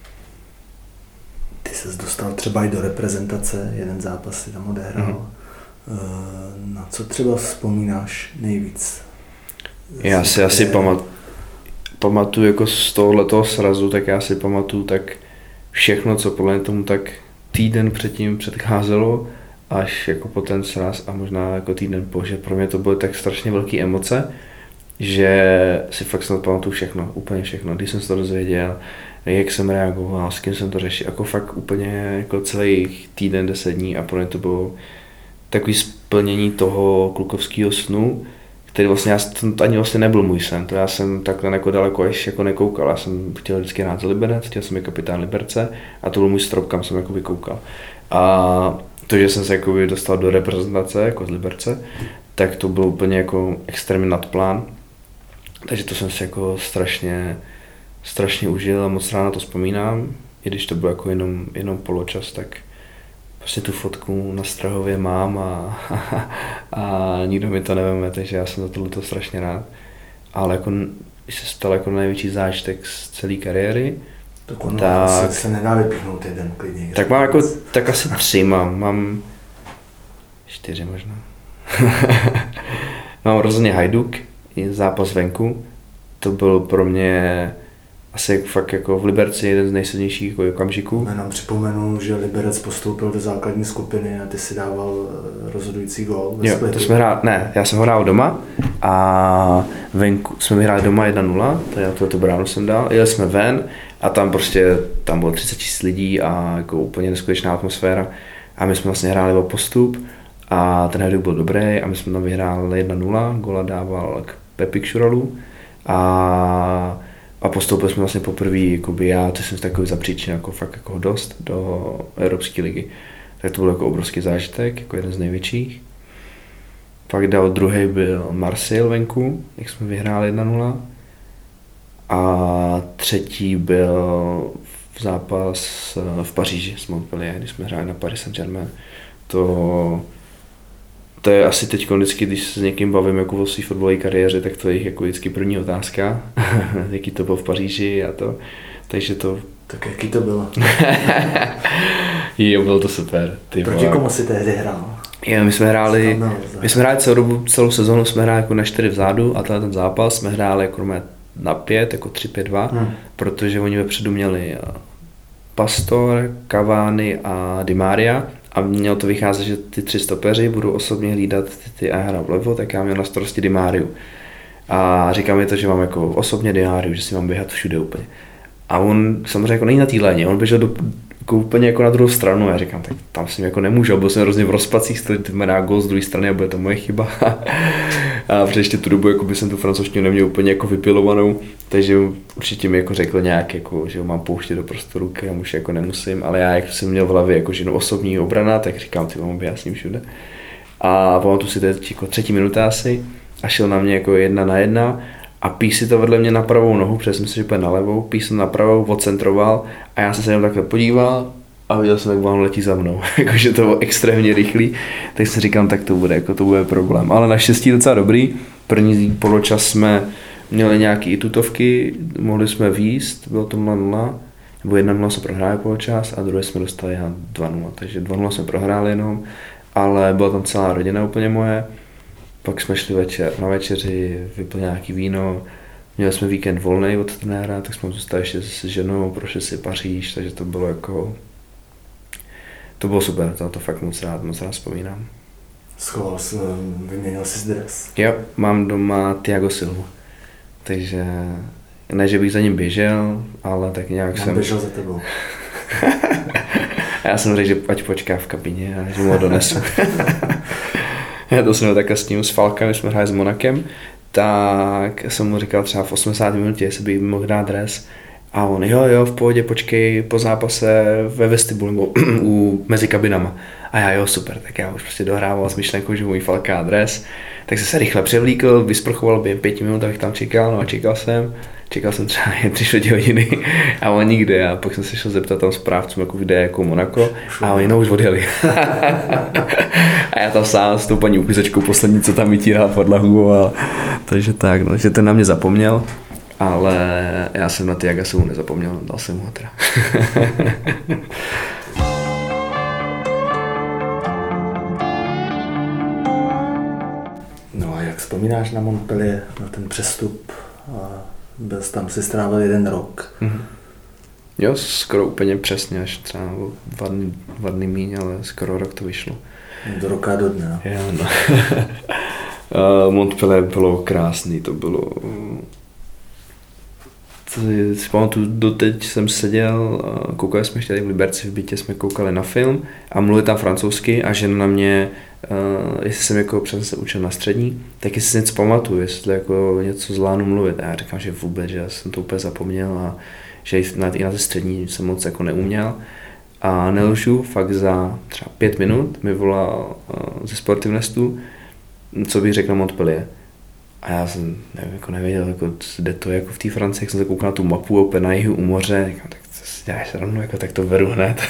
ty ses dostal třeba i do reprezentace, jeden zápas si tam odehrál. Na co třeba vzpomínáš nejvíc? Já si asi pamatuju jako z tohoto srazu, tak já si pamatuju tak všechno, co podle mě tomu tak týden předtím předcházelo, až jako po ten sraz a možná jako týden po, že pro mě to byly tak strašně velké emoce, že si fakt snad pamatuju všechno, úplně všechno, když jsem se to dozvěděl, jak jsem reagoval, s kým jsem to řešil, jako fakt úplně jako celý týden, 10 dní a pro mě to bylo takový splnění toho klukovského snu, který vlastně, to ani vlastně nebyl můj sen, to já jsem takhle jako daleko ještě jako nekoukal, já jsem chtěl vždycky hrát za Liberec, chtěl jsem být kapitán Liberce a to byl můj strop, kam jsem jako koukal. A to, že jsem se jako dostal do reprezentace jako z Liberce, tak to bylo úplně jako extrémně nadplán, takže to jsem si jako strašně užil a moc rád na to vzpomínám, i když to bylo jako jenom poločas, tak prostě tu fotku na Strahově mám a nikdo mi to neveme, takže já jsem za tohleto strašně rád. Ale jako se stal jako největší zážitek z celé kariéry. Tak se nedá vypíchnout jeden klidně. Tak mám jako, tak asi 3 mám 4 možná. Mám rozhodně Hajduk, zápas venku. To byl pro mě asi jako fakt jako v Liberci jeden z nejsilnějších jako okamžiků. Já nám připomenu, že Liberec postoupil do základní skupiny a ty si dával rozhodující gól ve Splitu. To jsme hráli, ne, já jsem ho hrál doma a venku jsme vyhráli doma 1-0, to bránu jsem dal, jeli jsme ven a tam bylo 30 000 lidí a jako úplně neskutečná atmosféra a my jsme vlastně hráli o postup a ten hrduk byl dobrý a my jsme tam vyhráli 1-0, góla dával Pepik Šuralu a postoupili jsme vlastně poprvé, jakoby já, to jsem takový zapříčin jako fakt jako dost do Evropské ligy. Tak to byl jako obrovský zážitek, jako jeden z největších. Pak druhý byl Marseille venku, jak jsme vyhráli 1-0. A třetí byl zápas v Paříži s Montpellier, když jsme hráli na Paris Saint-Germain. To je asi teď vždycky, když se s někým bavím jako o své fotbalové kariéře, tak to je jako vždycky první otázka, jaký to bylo v Paříži a to, takže to... Tak jaký to bylo? Jo, bylo to super. Proti komu si tehdy hrál? Jo, my jsme hráli celou sezónu jsme hráli jako na 4 vzadu a ten zápas jsme hráli jako na 5, jako 3-5-2, protože oni vepředu měli Pastor, Cavani a Di Maria. A mělo to vycházet, že ty 3 stopeři budou osobně hlídat ty a hra vlevo, tak já měl na starosti Di Mariu. A říkal mi to, že mám jako osobně Di Mariu, že si mám běhat všude úplně. A on samozřejmě jako není na té léně, on běžel jako úplně jako na druhou stranu a já říkám, tak tam si jako nemůžu, byl jsem hrozně v rozpacích, teď mě dá gól z druhé strany a bude to moje chyba. A protože ještě tu dobu jako by jsem tu francouzštinu neměl úplně jako vypilovanou, takže určitě mi jako řekl nějak, jako, že ho mám pouštět do prostoru, kam už jako nemusím, ale já jak jsem měl v hlavě jako že osobní obrana, tak říkám, ty mám běhat s ním všude. A pamatuju si teď jako 3. minuta asi a šel na mě jako 1 na 1 a Píš si to vedle mě na pravou nohu, protože jsem si že půjde na levou, Píš jsem na pravou, odcentroval a já jsem se jenom takhle podíval a viděl jsem, jak on letí za mnou, jakože to bylo extrémně rychlý, tak si říkám, tak to bude problém, ale naštěstí docela dobrý, první poločas jsme měli nějaký tutovky, mohli jsme výjist, bylo to 0-0, nebo 1-0 jsme prohráli poločas a druhé jsme dostali 2-0, takže 2-0 jsme prohráli jenom, ale byla tam celá rodina úplně moje. Pak jsme šli na večeři, vypili nějaký víno, měli jsme víkend volný od trenéra, tak jsme zůstali ještě s ženou, prošli si Paříž, takže to bylo jako, to bylo super, to fakt moc rád vzpomínám. Vyměnil jsi dres? Jo, mám doma Thiago Silvu, takže ne, že bych za ním běžel, ale tak nějak jsem... běžel za tebou. A já jsem řekl, že ať počká v kabině a že mu ho donesu. Já to jsem měl takhle s tím, s Falkem, když jsme hráli s Monakem, tak jsem mu říkal třeba v 80 minutě, jestli by mohl dát dres. A on, jo, v pohodě, počkej po zápase ve vestibulu, mezi kabinama. A já, jo, super, tak já už prostě dohrával s myšlenkou, že můj Falka dres. Tak jsem se rychle převlíkl, vysprchoval během 5 minut, abych tam čekal, no a čekal jsem třeba 3 hodiny a on nikde. A pak jsem se šel zeptat tam správcům, jako kde jako Monako a oni už odjeli. A já tam sám s tou paní uklízečkou poslední, co tam vytírala podlahu. Takže tak, no, že ten na mě zapomněl, ale já jsem na Thiaga Silvu nezapomněl, dal jsem ho teda. No a jak vzpomínáš na Montpellier, na ten přestup? Byl jsi tam si strávil 1 rok. Mm-hmm. Jo, skoro úplně přesně, až třeba 2 dny míň, ale skoro rok to vyšlo. Do roka do dne. Jo, no. Montpellier bylo krásný, to bylo... Si pamatuju, doteď jsem seděl, koukali jsme ještě tady v Liberci v bytě, jsme koukali na film a mluvili tam francouzsky a žena na mě, jestli jsem jako přesně se učil na střední, tak jestli si něco pamatuju, jestli jako něco zvládnu mluvit. A já říkám, že vůbec, že já jsem to úplně zapomněl a že i na té střední jsem moc jako neuměl. A nelžu, fakt za třeba 5 minut mi volal ze Sportivnestu, co bych řekl na Montpellier. A já jsem nevěděl, jako, kde to je jako v té Francii, jak jsem se koukal na tu mapu opět na jihu u moře, říkám, tak to si děláš rovnou, jako, tak to beru hned.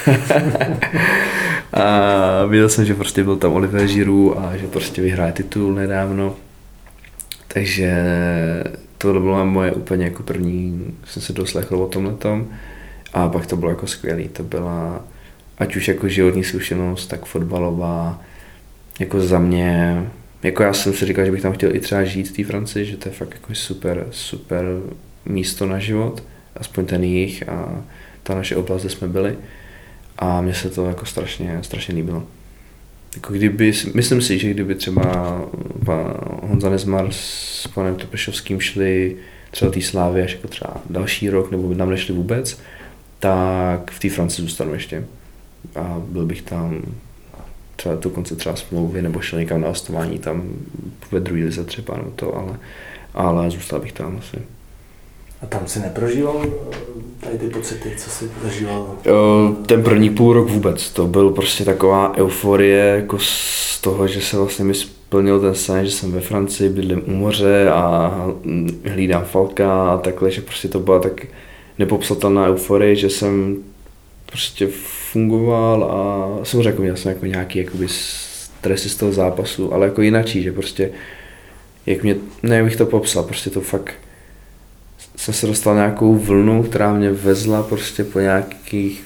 A viděl jsem, že prostě byl tam Olivier Giroud a že prostě vyhraje titul nedávno. Takže to bylo moje úplně jako první, jsem se doslechl o tomhletom a pak to bylo jako skvělý, to byla ať už jako životní zkušenost, tak fotbalová, jako za mě. Jako já jsem si říkal, že bych tam chtěl i třeba žít v té Francii, že to je fakt jako super místo na život aspoň ten jich a ta naše oblast, kde jsme byli. A mně se to jako strašně líbilo. Jako myslím si, že kdyby třeba Honza Nezmar s panem Topešovským šli třeba té Slávy až jako třeba další rok, nebo by nám nešli vůbec, tak v té Francii zůstanu ještě. A byl bych tam třeba dokonce třeba smlouvy, nebo šel někam na hostování tam ve druhé lize třeba, nebo to, ale zůstal bych tam asi. A tam si neprožíval tady ty pocity, co jsi zažíval? Ten první půl rok vůbec, to byl prostě taková euforie jako z toho, že se vlastně mi splnil ten sen, že jsem ve Francii, bydlím u moře a hlídám falka a takhle, že prostě to byla tak nepopsatelná euforie, že jsem prostě fungoval a jsem řekl, měl jsem jako nějaký jakoby stresy z toho zápasu, ale jako jinačí, že prostě, jak bych to popsal, prostě to fakt jsem se dostal nějakou vlnu, která mě vezla prostě po nějakých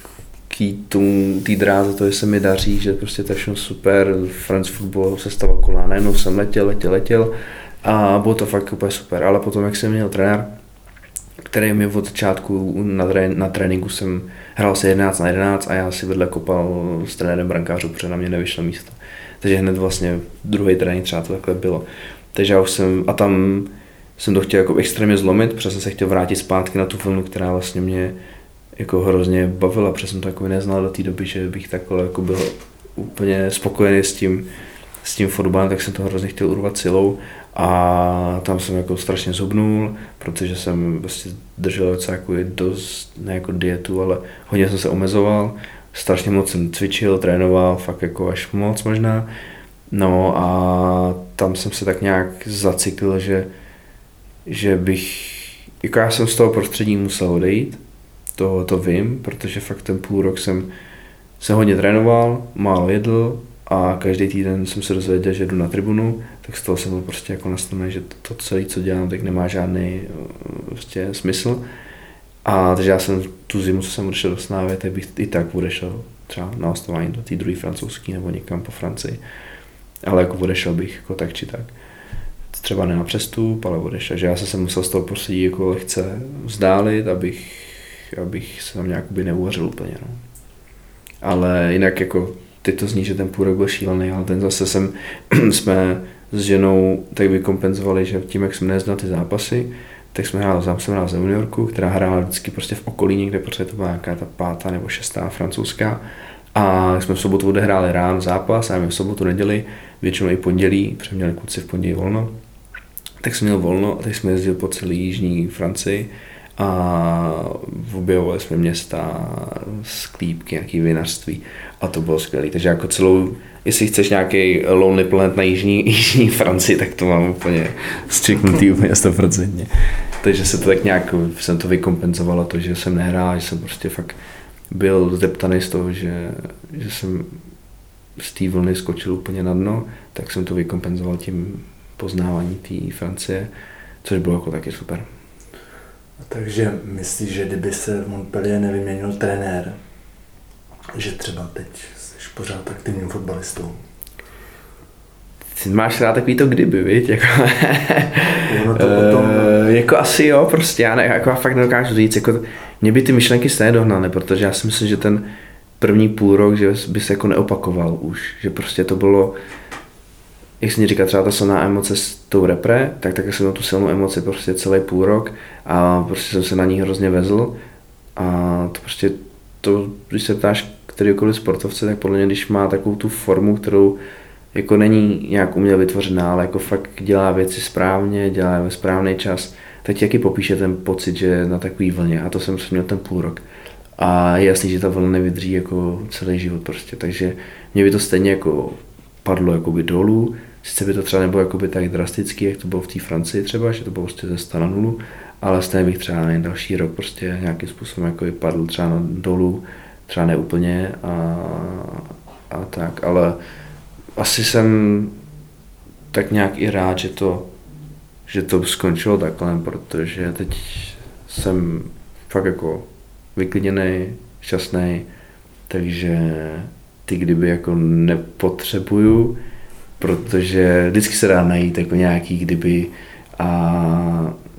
té dráze, to, že se mi daří, že prostě to je všechno super, France Football se stával kolá, najednou jsem letěl a bylo to fakt úplně super, ale potom, jak jsem měl trenér, který mi od začátku na tréninku jsem hrál se 11-11 a já si vedle kopal s trenérem brankářů, protože na mě nevyšlo místo. Takže hned vlastně druhý trénink třeba to takhle bylo. Takže já už tam jsem to chtěl jako extrémně zlomit, protože jsem se chtěl vrátit zpátky na tu vlnu, která vlastně mě jako hrozně bavila, protože jsem to jako neznal do té doby, že bych takhle jako byl úplně spokojený s tím fotbalem, tak jsem to hrozně chtěl urvat silou a tam jsem jako strašně zhubnul, protože jsem vlastně držel docela jako dost, ne jako dietu, ale hodně jsem se omezoval, strašně moc jsem cvičil, trénoval, fakt jako až moc možná, no a tam jsem se tak nějak zacyklil, že bych, jako já jsem z toho prostředí musel odejít, to vím, protože fakt ten půl rok jsem hodně trénoval, málo jedl a každý týden jsem se dozvěděl, že jdu na tribunu, tak z toho jsem byl prostě jako nastavený, že to celé, co dělám, tak nemá žádný prostě smysl. A takže já jsem tu zimu, co jsem odešel do Slávy, tak bych i tak odešel třeba na hostování do té druhé francouzské nebo někam po Francii. Ale jako odešel bych jako tak či tak. Třeba ne na přestup, ale odešel, že já jsem se musel z toho prostředí jako lehce vzdálit, abych se tam nějak neuvařil úplně. No. Ale jinak jako teď to zní, že ten půl rok byl šílený, ale ten zase jsme s ženou tak vykompenzovali, že tím, jak jsme nejezdili ty zápasy, tak jsem hrál za juniorku, která hrála vždycky prostě v okolí někde, protože to byla nějaká ta 5. nebo 6. francouzská. A jsme v sobotu odehráli ráno zápas a my v sobotu, neděli, většinou i pondělí, protože měli kluci v pondělí volno. Tak jsem měl volno a tak jsme jezdili po celé jižní Francii a objevovali jsme města, sklípky, nějaké vinařství a to bylo skvělé. Takže jako celou, jestli chceš nějaký Lonely Planet na jižní Francii, tak to mám úplně zčeknutý úplně 100%. Takže se to tak nějak, jsem to vykompenzovala to, že jsem nehrál, že jsem prostě fakt byl zeptaný z toho, že jsem z té vlny skočil úplně na dno, tak jsem to vykompenzoval tím poznáváním té Francie, což bylo jako taky super. Takže myslíš, že kdyby se v Montpellier nevyměnil trenér, že třeba teď jsi pořád aktivním fotbalistou? Ty máš rád takový to kdyby, viď? Jako, ono to potom... jako asi jo, prostě já fakt nedokážu říct, jako mě by ty myšlenky stejně dohnaly, protože já si myslím, že ten první půl rok, že by se jako neopakoval už, že prostě to bylo, jak jsi mi říkal, třeba ta silná emoce s tou repre, tak jsem měl tu silnou emoci prostě celý půl rok a prostě jsem se na ní hrozně vezl a to prostě, když se ptáš kterýkoliv sportovce, tak podle mě, když má takovou tu formu, kterou jako není nějak uměle vytvořená, ale jako fakt dělá věci správně, dělá ve správný čas, tak ti jaký popíše ten pocit, že je na takový vlně a to jsem měl ten půl rok. A je jasný, že ta vlna nevydrží jako celý život prostě, takže mě by to stejně jako padlo jakoby dolů, sice by to třeba nebylo jakoby tak drasticky, jak to bylo v té Francii třeba, že to bylo prostě ze 100 na 0, ale stejně bych třeba na další rok prostě nějakým způsobem jako padl třeba dolů, třeba ne úplně a tak, ale asi jsem tak nějak i rád, že to skončilo takhle, protože teď jsem fakt jako vyklidněný, šťastný, takže ty kdyby jako nepotřebuju, protože vždycky se dá najít jako nějaký kdyby a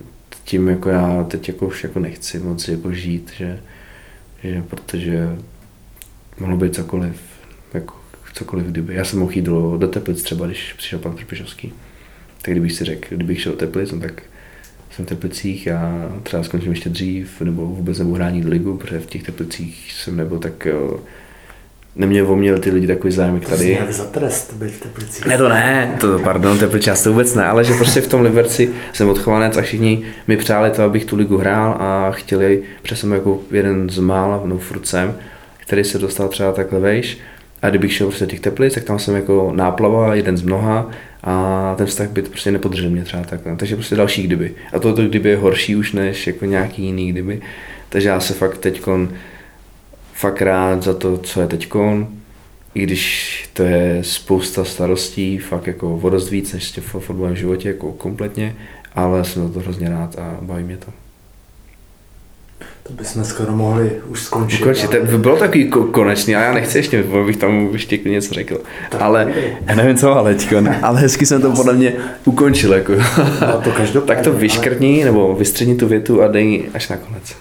tím jako já teď jako už jako nechci moc jako žít, že protože mohlo být cokoliv, jako cokoliv kdyby. Já jsem mohl jít do Teplic třeba, když přišel pan Trpišovský. Tak kdybych šel do Teplic, no tak jsem v Teplicích a třeba skončím ještě dřív, nebo vůbec nebudu hrát ligu, protože v těch Teplicích jsem nebyl tak, neměl ty lidi takový zájem, jak tady. To za trest být v Teplicích. Pardon, Tepličást to vůbec ne, ale že prostě v tom Liberci jsem odchovanec a všichni mi přáli to, abych tu ligu hrál a chtěli, protože jsem jako jeden z mála, no furt jsem, který se dostal třeba takhle vejš. A kdybych šel prostě do těch Teplic, tak tam jsem jako náplava, jeden z mnoha a ten vztah by to prostě nepodržel mě třeba takhle. Takže prostě další kdyby. A tohoto kdyby je horší už než jako nějaký jiný kdyby. Takže já se fakt teďkon fakt rád za to, co je teďkon. I když to je spousta starostí, fakt jako o dost víc než v fotbalovém životě, jako kompletně, ale jsem za to hrozně rád a baví mě to. To bychom skoro mohli už skončit. Ale... Bylo takový konečný, ale já nechci ještě, bych tam ještě něco řekl. Ale já nevím co, ale hezky jsem to podle mě ukončil. Jako. No to každopádně. Tak to vyškrtni, nebo vystředni tu větu a dej až na konec.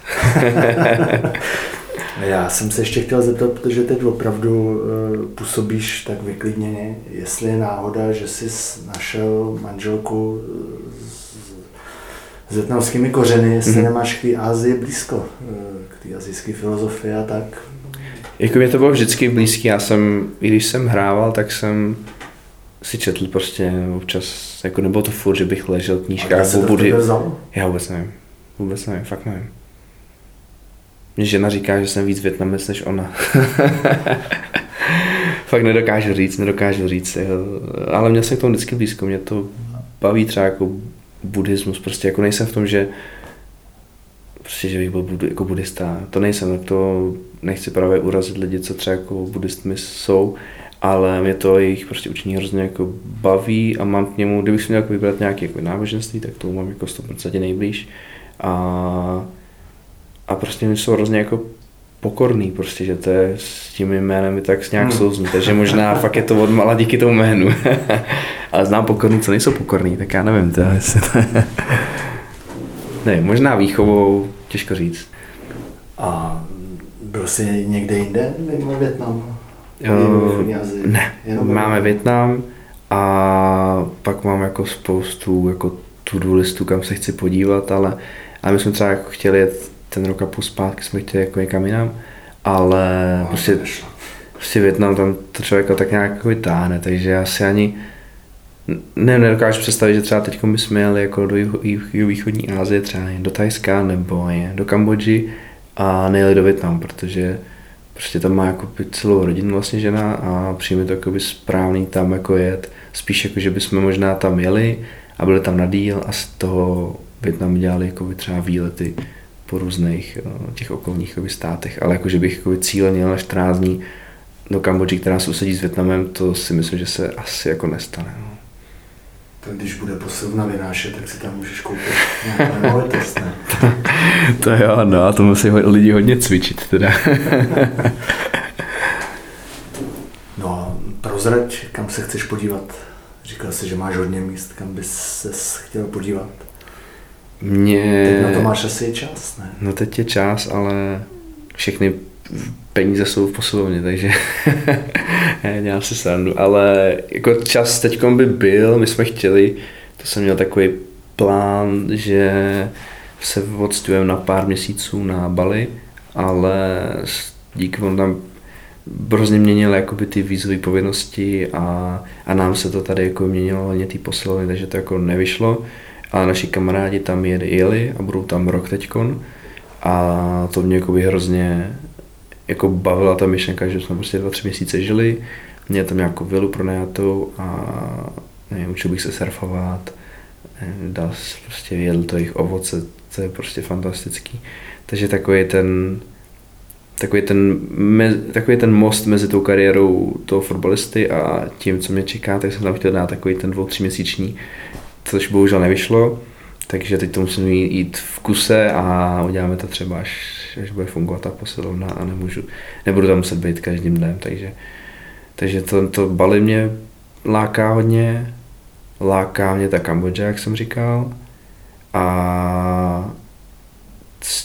Já jsem se ještě chtěl zeptat, protože teď opravdu působíš tak vyklidněně, jestli je náhoda, že jsi našel manželku s vietnamskými kořeny, jestli nemáš k té Asii blízko, k té asijské filozofii a tak. Jako mě to bylo vždycky blízký, i když jsem hrával, tak jsem si četl prostě občas, jako nebylo to furt, že bych ležel v knížkách o Budhy. Já vůbec nevím, fakt nevím. Mě žena říká, že jsem víc Vietnamec než ona. Fakt nedokážu říct, ale měl jsem k tomu vždycky blízko, mě to baví třeba jako buddhismus, prostě jako nejsem v tom, že prostě, že bych byl jako buddhista, to nejsem, to nechci právě urazit lidi, co třeba jako buddhistmi jsou, ale mě to jejich prostě učení hrozně jako baví a mám k němu, kdybych si měl jako vybrat nějaké jako náboženství, tak to mám jako 100% nejblíž a prostě mi jsou hrozně jako pokorný prostě, že to je s tím jménem tak nějak souzní, takže možná fakt je to odmala díky tomu jménu. Ale znám pokorný, co nejsou pokorný, tak já nevím, to je... Ne, možná výchovou, těžko říct. A byl jsi někde jinde mimo Vietnam? Ne, máme Vietnam a pak mám jako spoustu jako to-do listů, kam se chci podívat, ale my jsme třeba jako chtěli jet ten rok a půl zpátky, jsme chtěli jako někam jinam, ale prostě Vietnam tam to člověka tak nějak jako vytáhne, takže já si ani nedokážu představit, že třeba teď bychom jeli jako do východní Asie, třeba do Thajska nebo do Kambodži a nejeli do Vietnamu, protože prostě tam má jako celou rodinu vlastně žena a přijme to jako správný tam jako jet, spíš jako, že bychom možná tam jeli a byli tam na díl a z toho Vietnamu dělali jako třeba výlety po různých těch okolních státech, ale jako, že bych jako cíleně jel na 14 dní do Kambodži, která sousedí s Vietnamem, to si myslím, že se asi jako nestane. No. Tak když bude posilovna vynášet, tak si tam můžeš koupit nějakou nemovitost, ne? To jo, no a to musí lidi hodně cvičit teda. No a prozrať, kam se chceš podívat? Říkal jsi, že máš hodně míst, kam bys ses chtěl podívat? Teď na to máš asi čas, ne? No teď je čas, ale všechny peníze jsou v posilovně, takže dělám si srandu, ale jako čas teďkom by byl, my jsme chtěli, to jsem měl takový plán, že se odstěhujeme na pár měsíců na Bali, ale díky on tam hrozně měnil jakoby ty vízové povinnosti a nám se to tady jako měnilo hlavně ty posilovny, takže to jako nevyšlo, ale naši kamarádi tam jeli a budou tam rok teďkon a to mě jakoby hrozně jako bavila ta myšlenka, že jsme prostě 2-3 měsíce žili, měl tam nějakou vilu pronajatou a nevím, učil bych se surfovat, prostě jedl to jejich ovoce, to je prostě fantastický. Takže takový ten most mezi tou kariérou toho fotbalisty a tím, co mě čeká, tak jsem tam chtěl dát takový ten 2-3 měsíční, což bohužel nevyšlo. Takže teď to musím jít v kuse a uděláme to třeba, až bude fungovat ta posilovna a nebudu tam muset být každým dnem, takže to Bali mě láká hodně, láká mě ta Kambodža, jak jsem říkal, a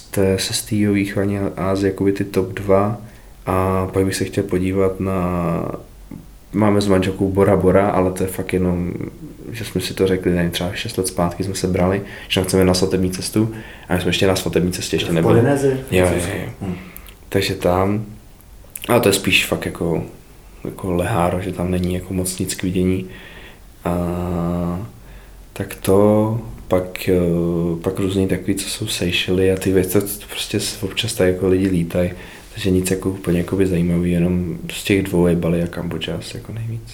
té východní Asie, jakoby ty top 2. A pak bych se chtěl podívat na... Máme s manželkou Bora Bora, ale to je fakt jenom, že jsme si to řekli, nevím, třeba 6 let zpátky jsme se brali, že chceme na svatební cestu a my jsme ještě na svatební cestě ještě nebyli. V Polynézii? Jo. Takže tam, ale to je spíš fakt jako leháro, že tam není jako moc nic k vidění. A tak to, pak různý takový, co jsou Seychely a ty věci, to prostě občas tak jako lidi lítají. Takže nic jako úplně jakoby zajímavý, jenom z těch 2 je Bali a Kambodža asi jako nejvíc.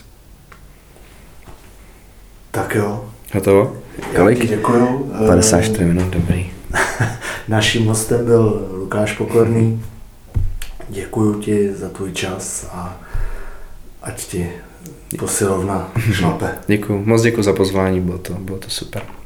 Tak jo. Hotovo? Kolik? Děkuju. 54 minut, dobrý. Naším hostem byl Lukáš Pokorný. Děkuju ti za tvůj čas a ať ti posilovna šlape. Děkuju, moc děkuju za pozvání, bylo to super.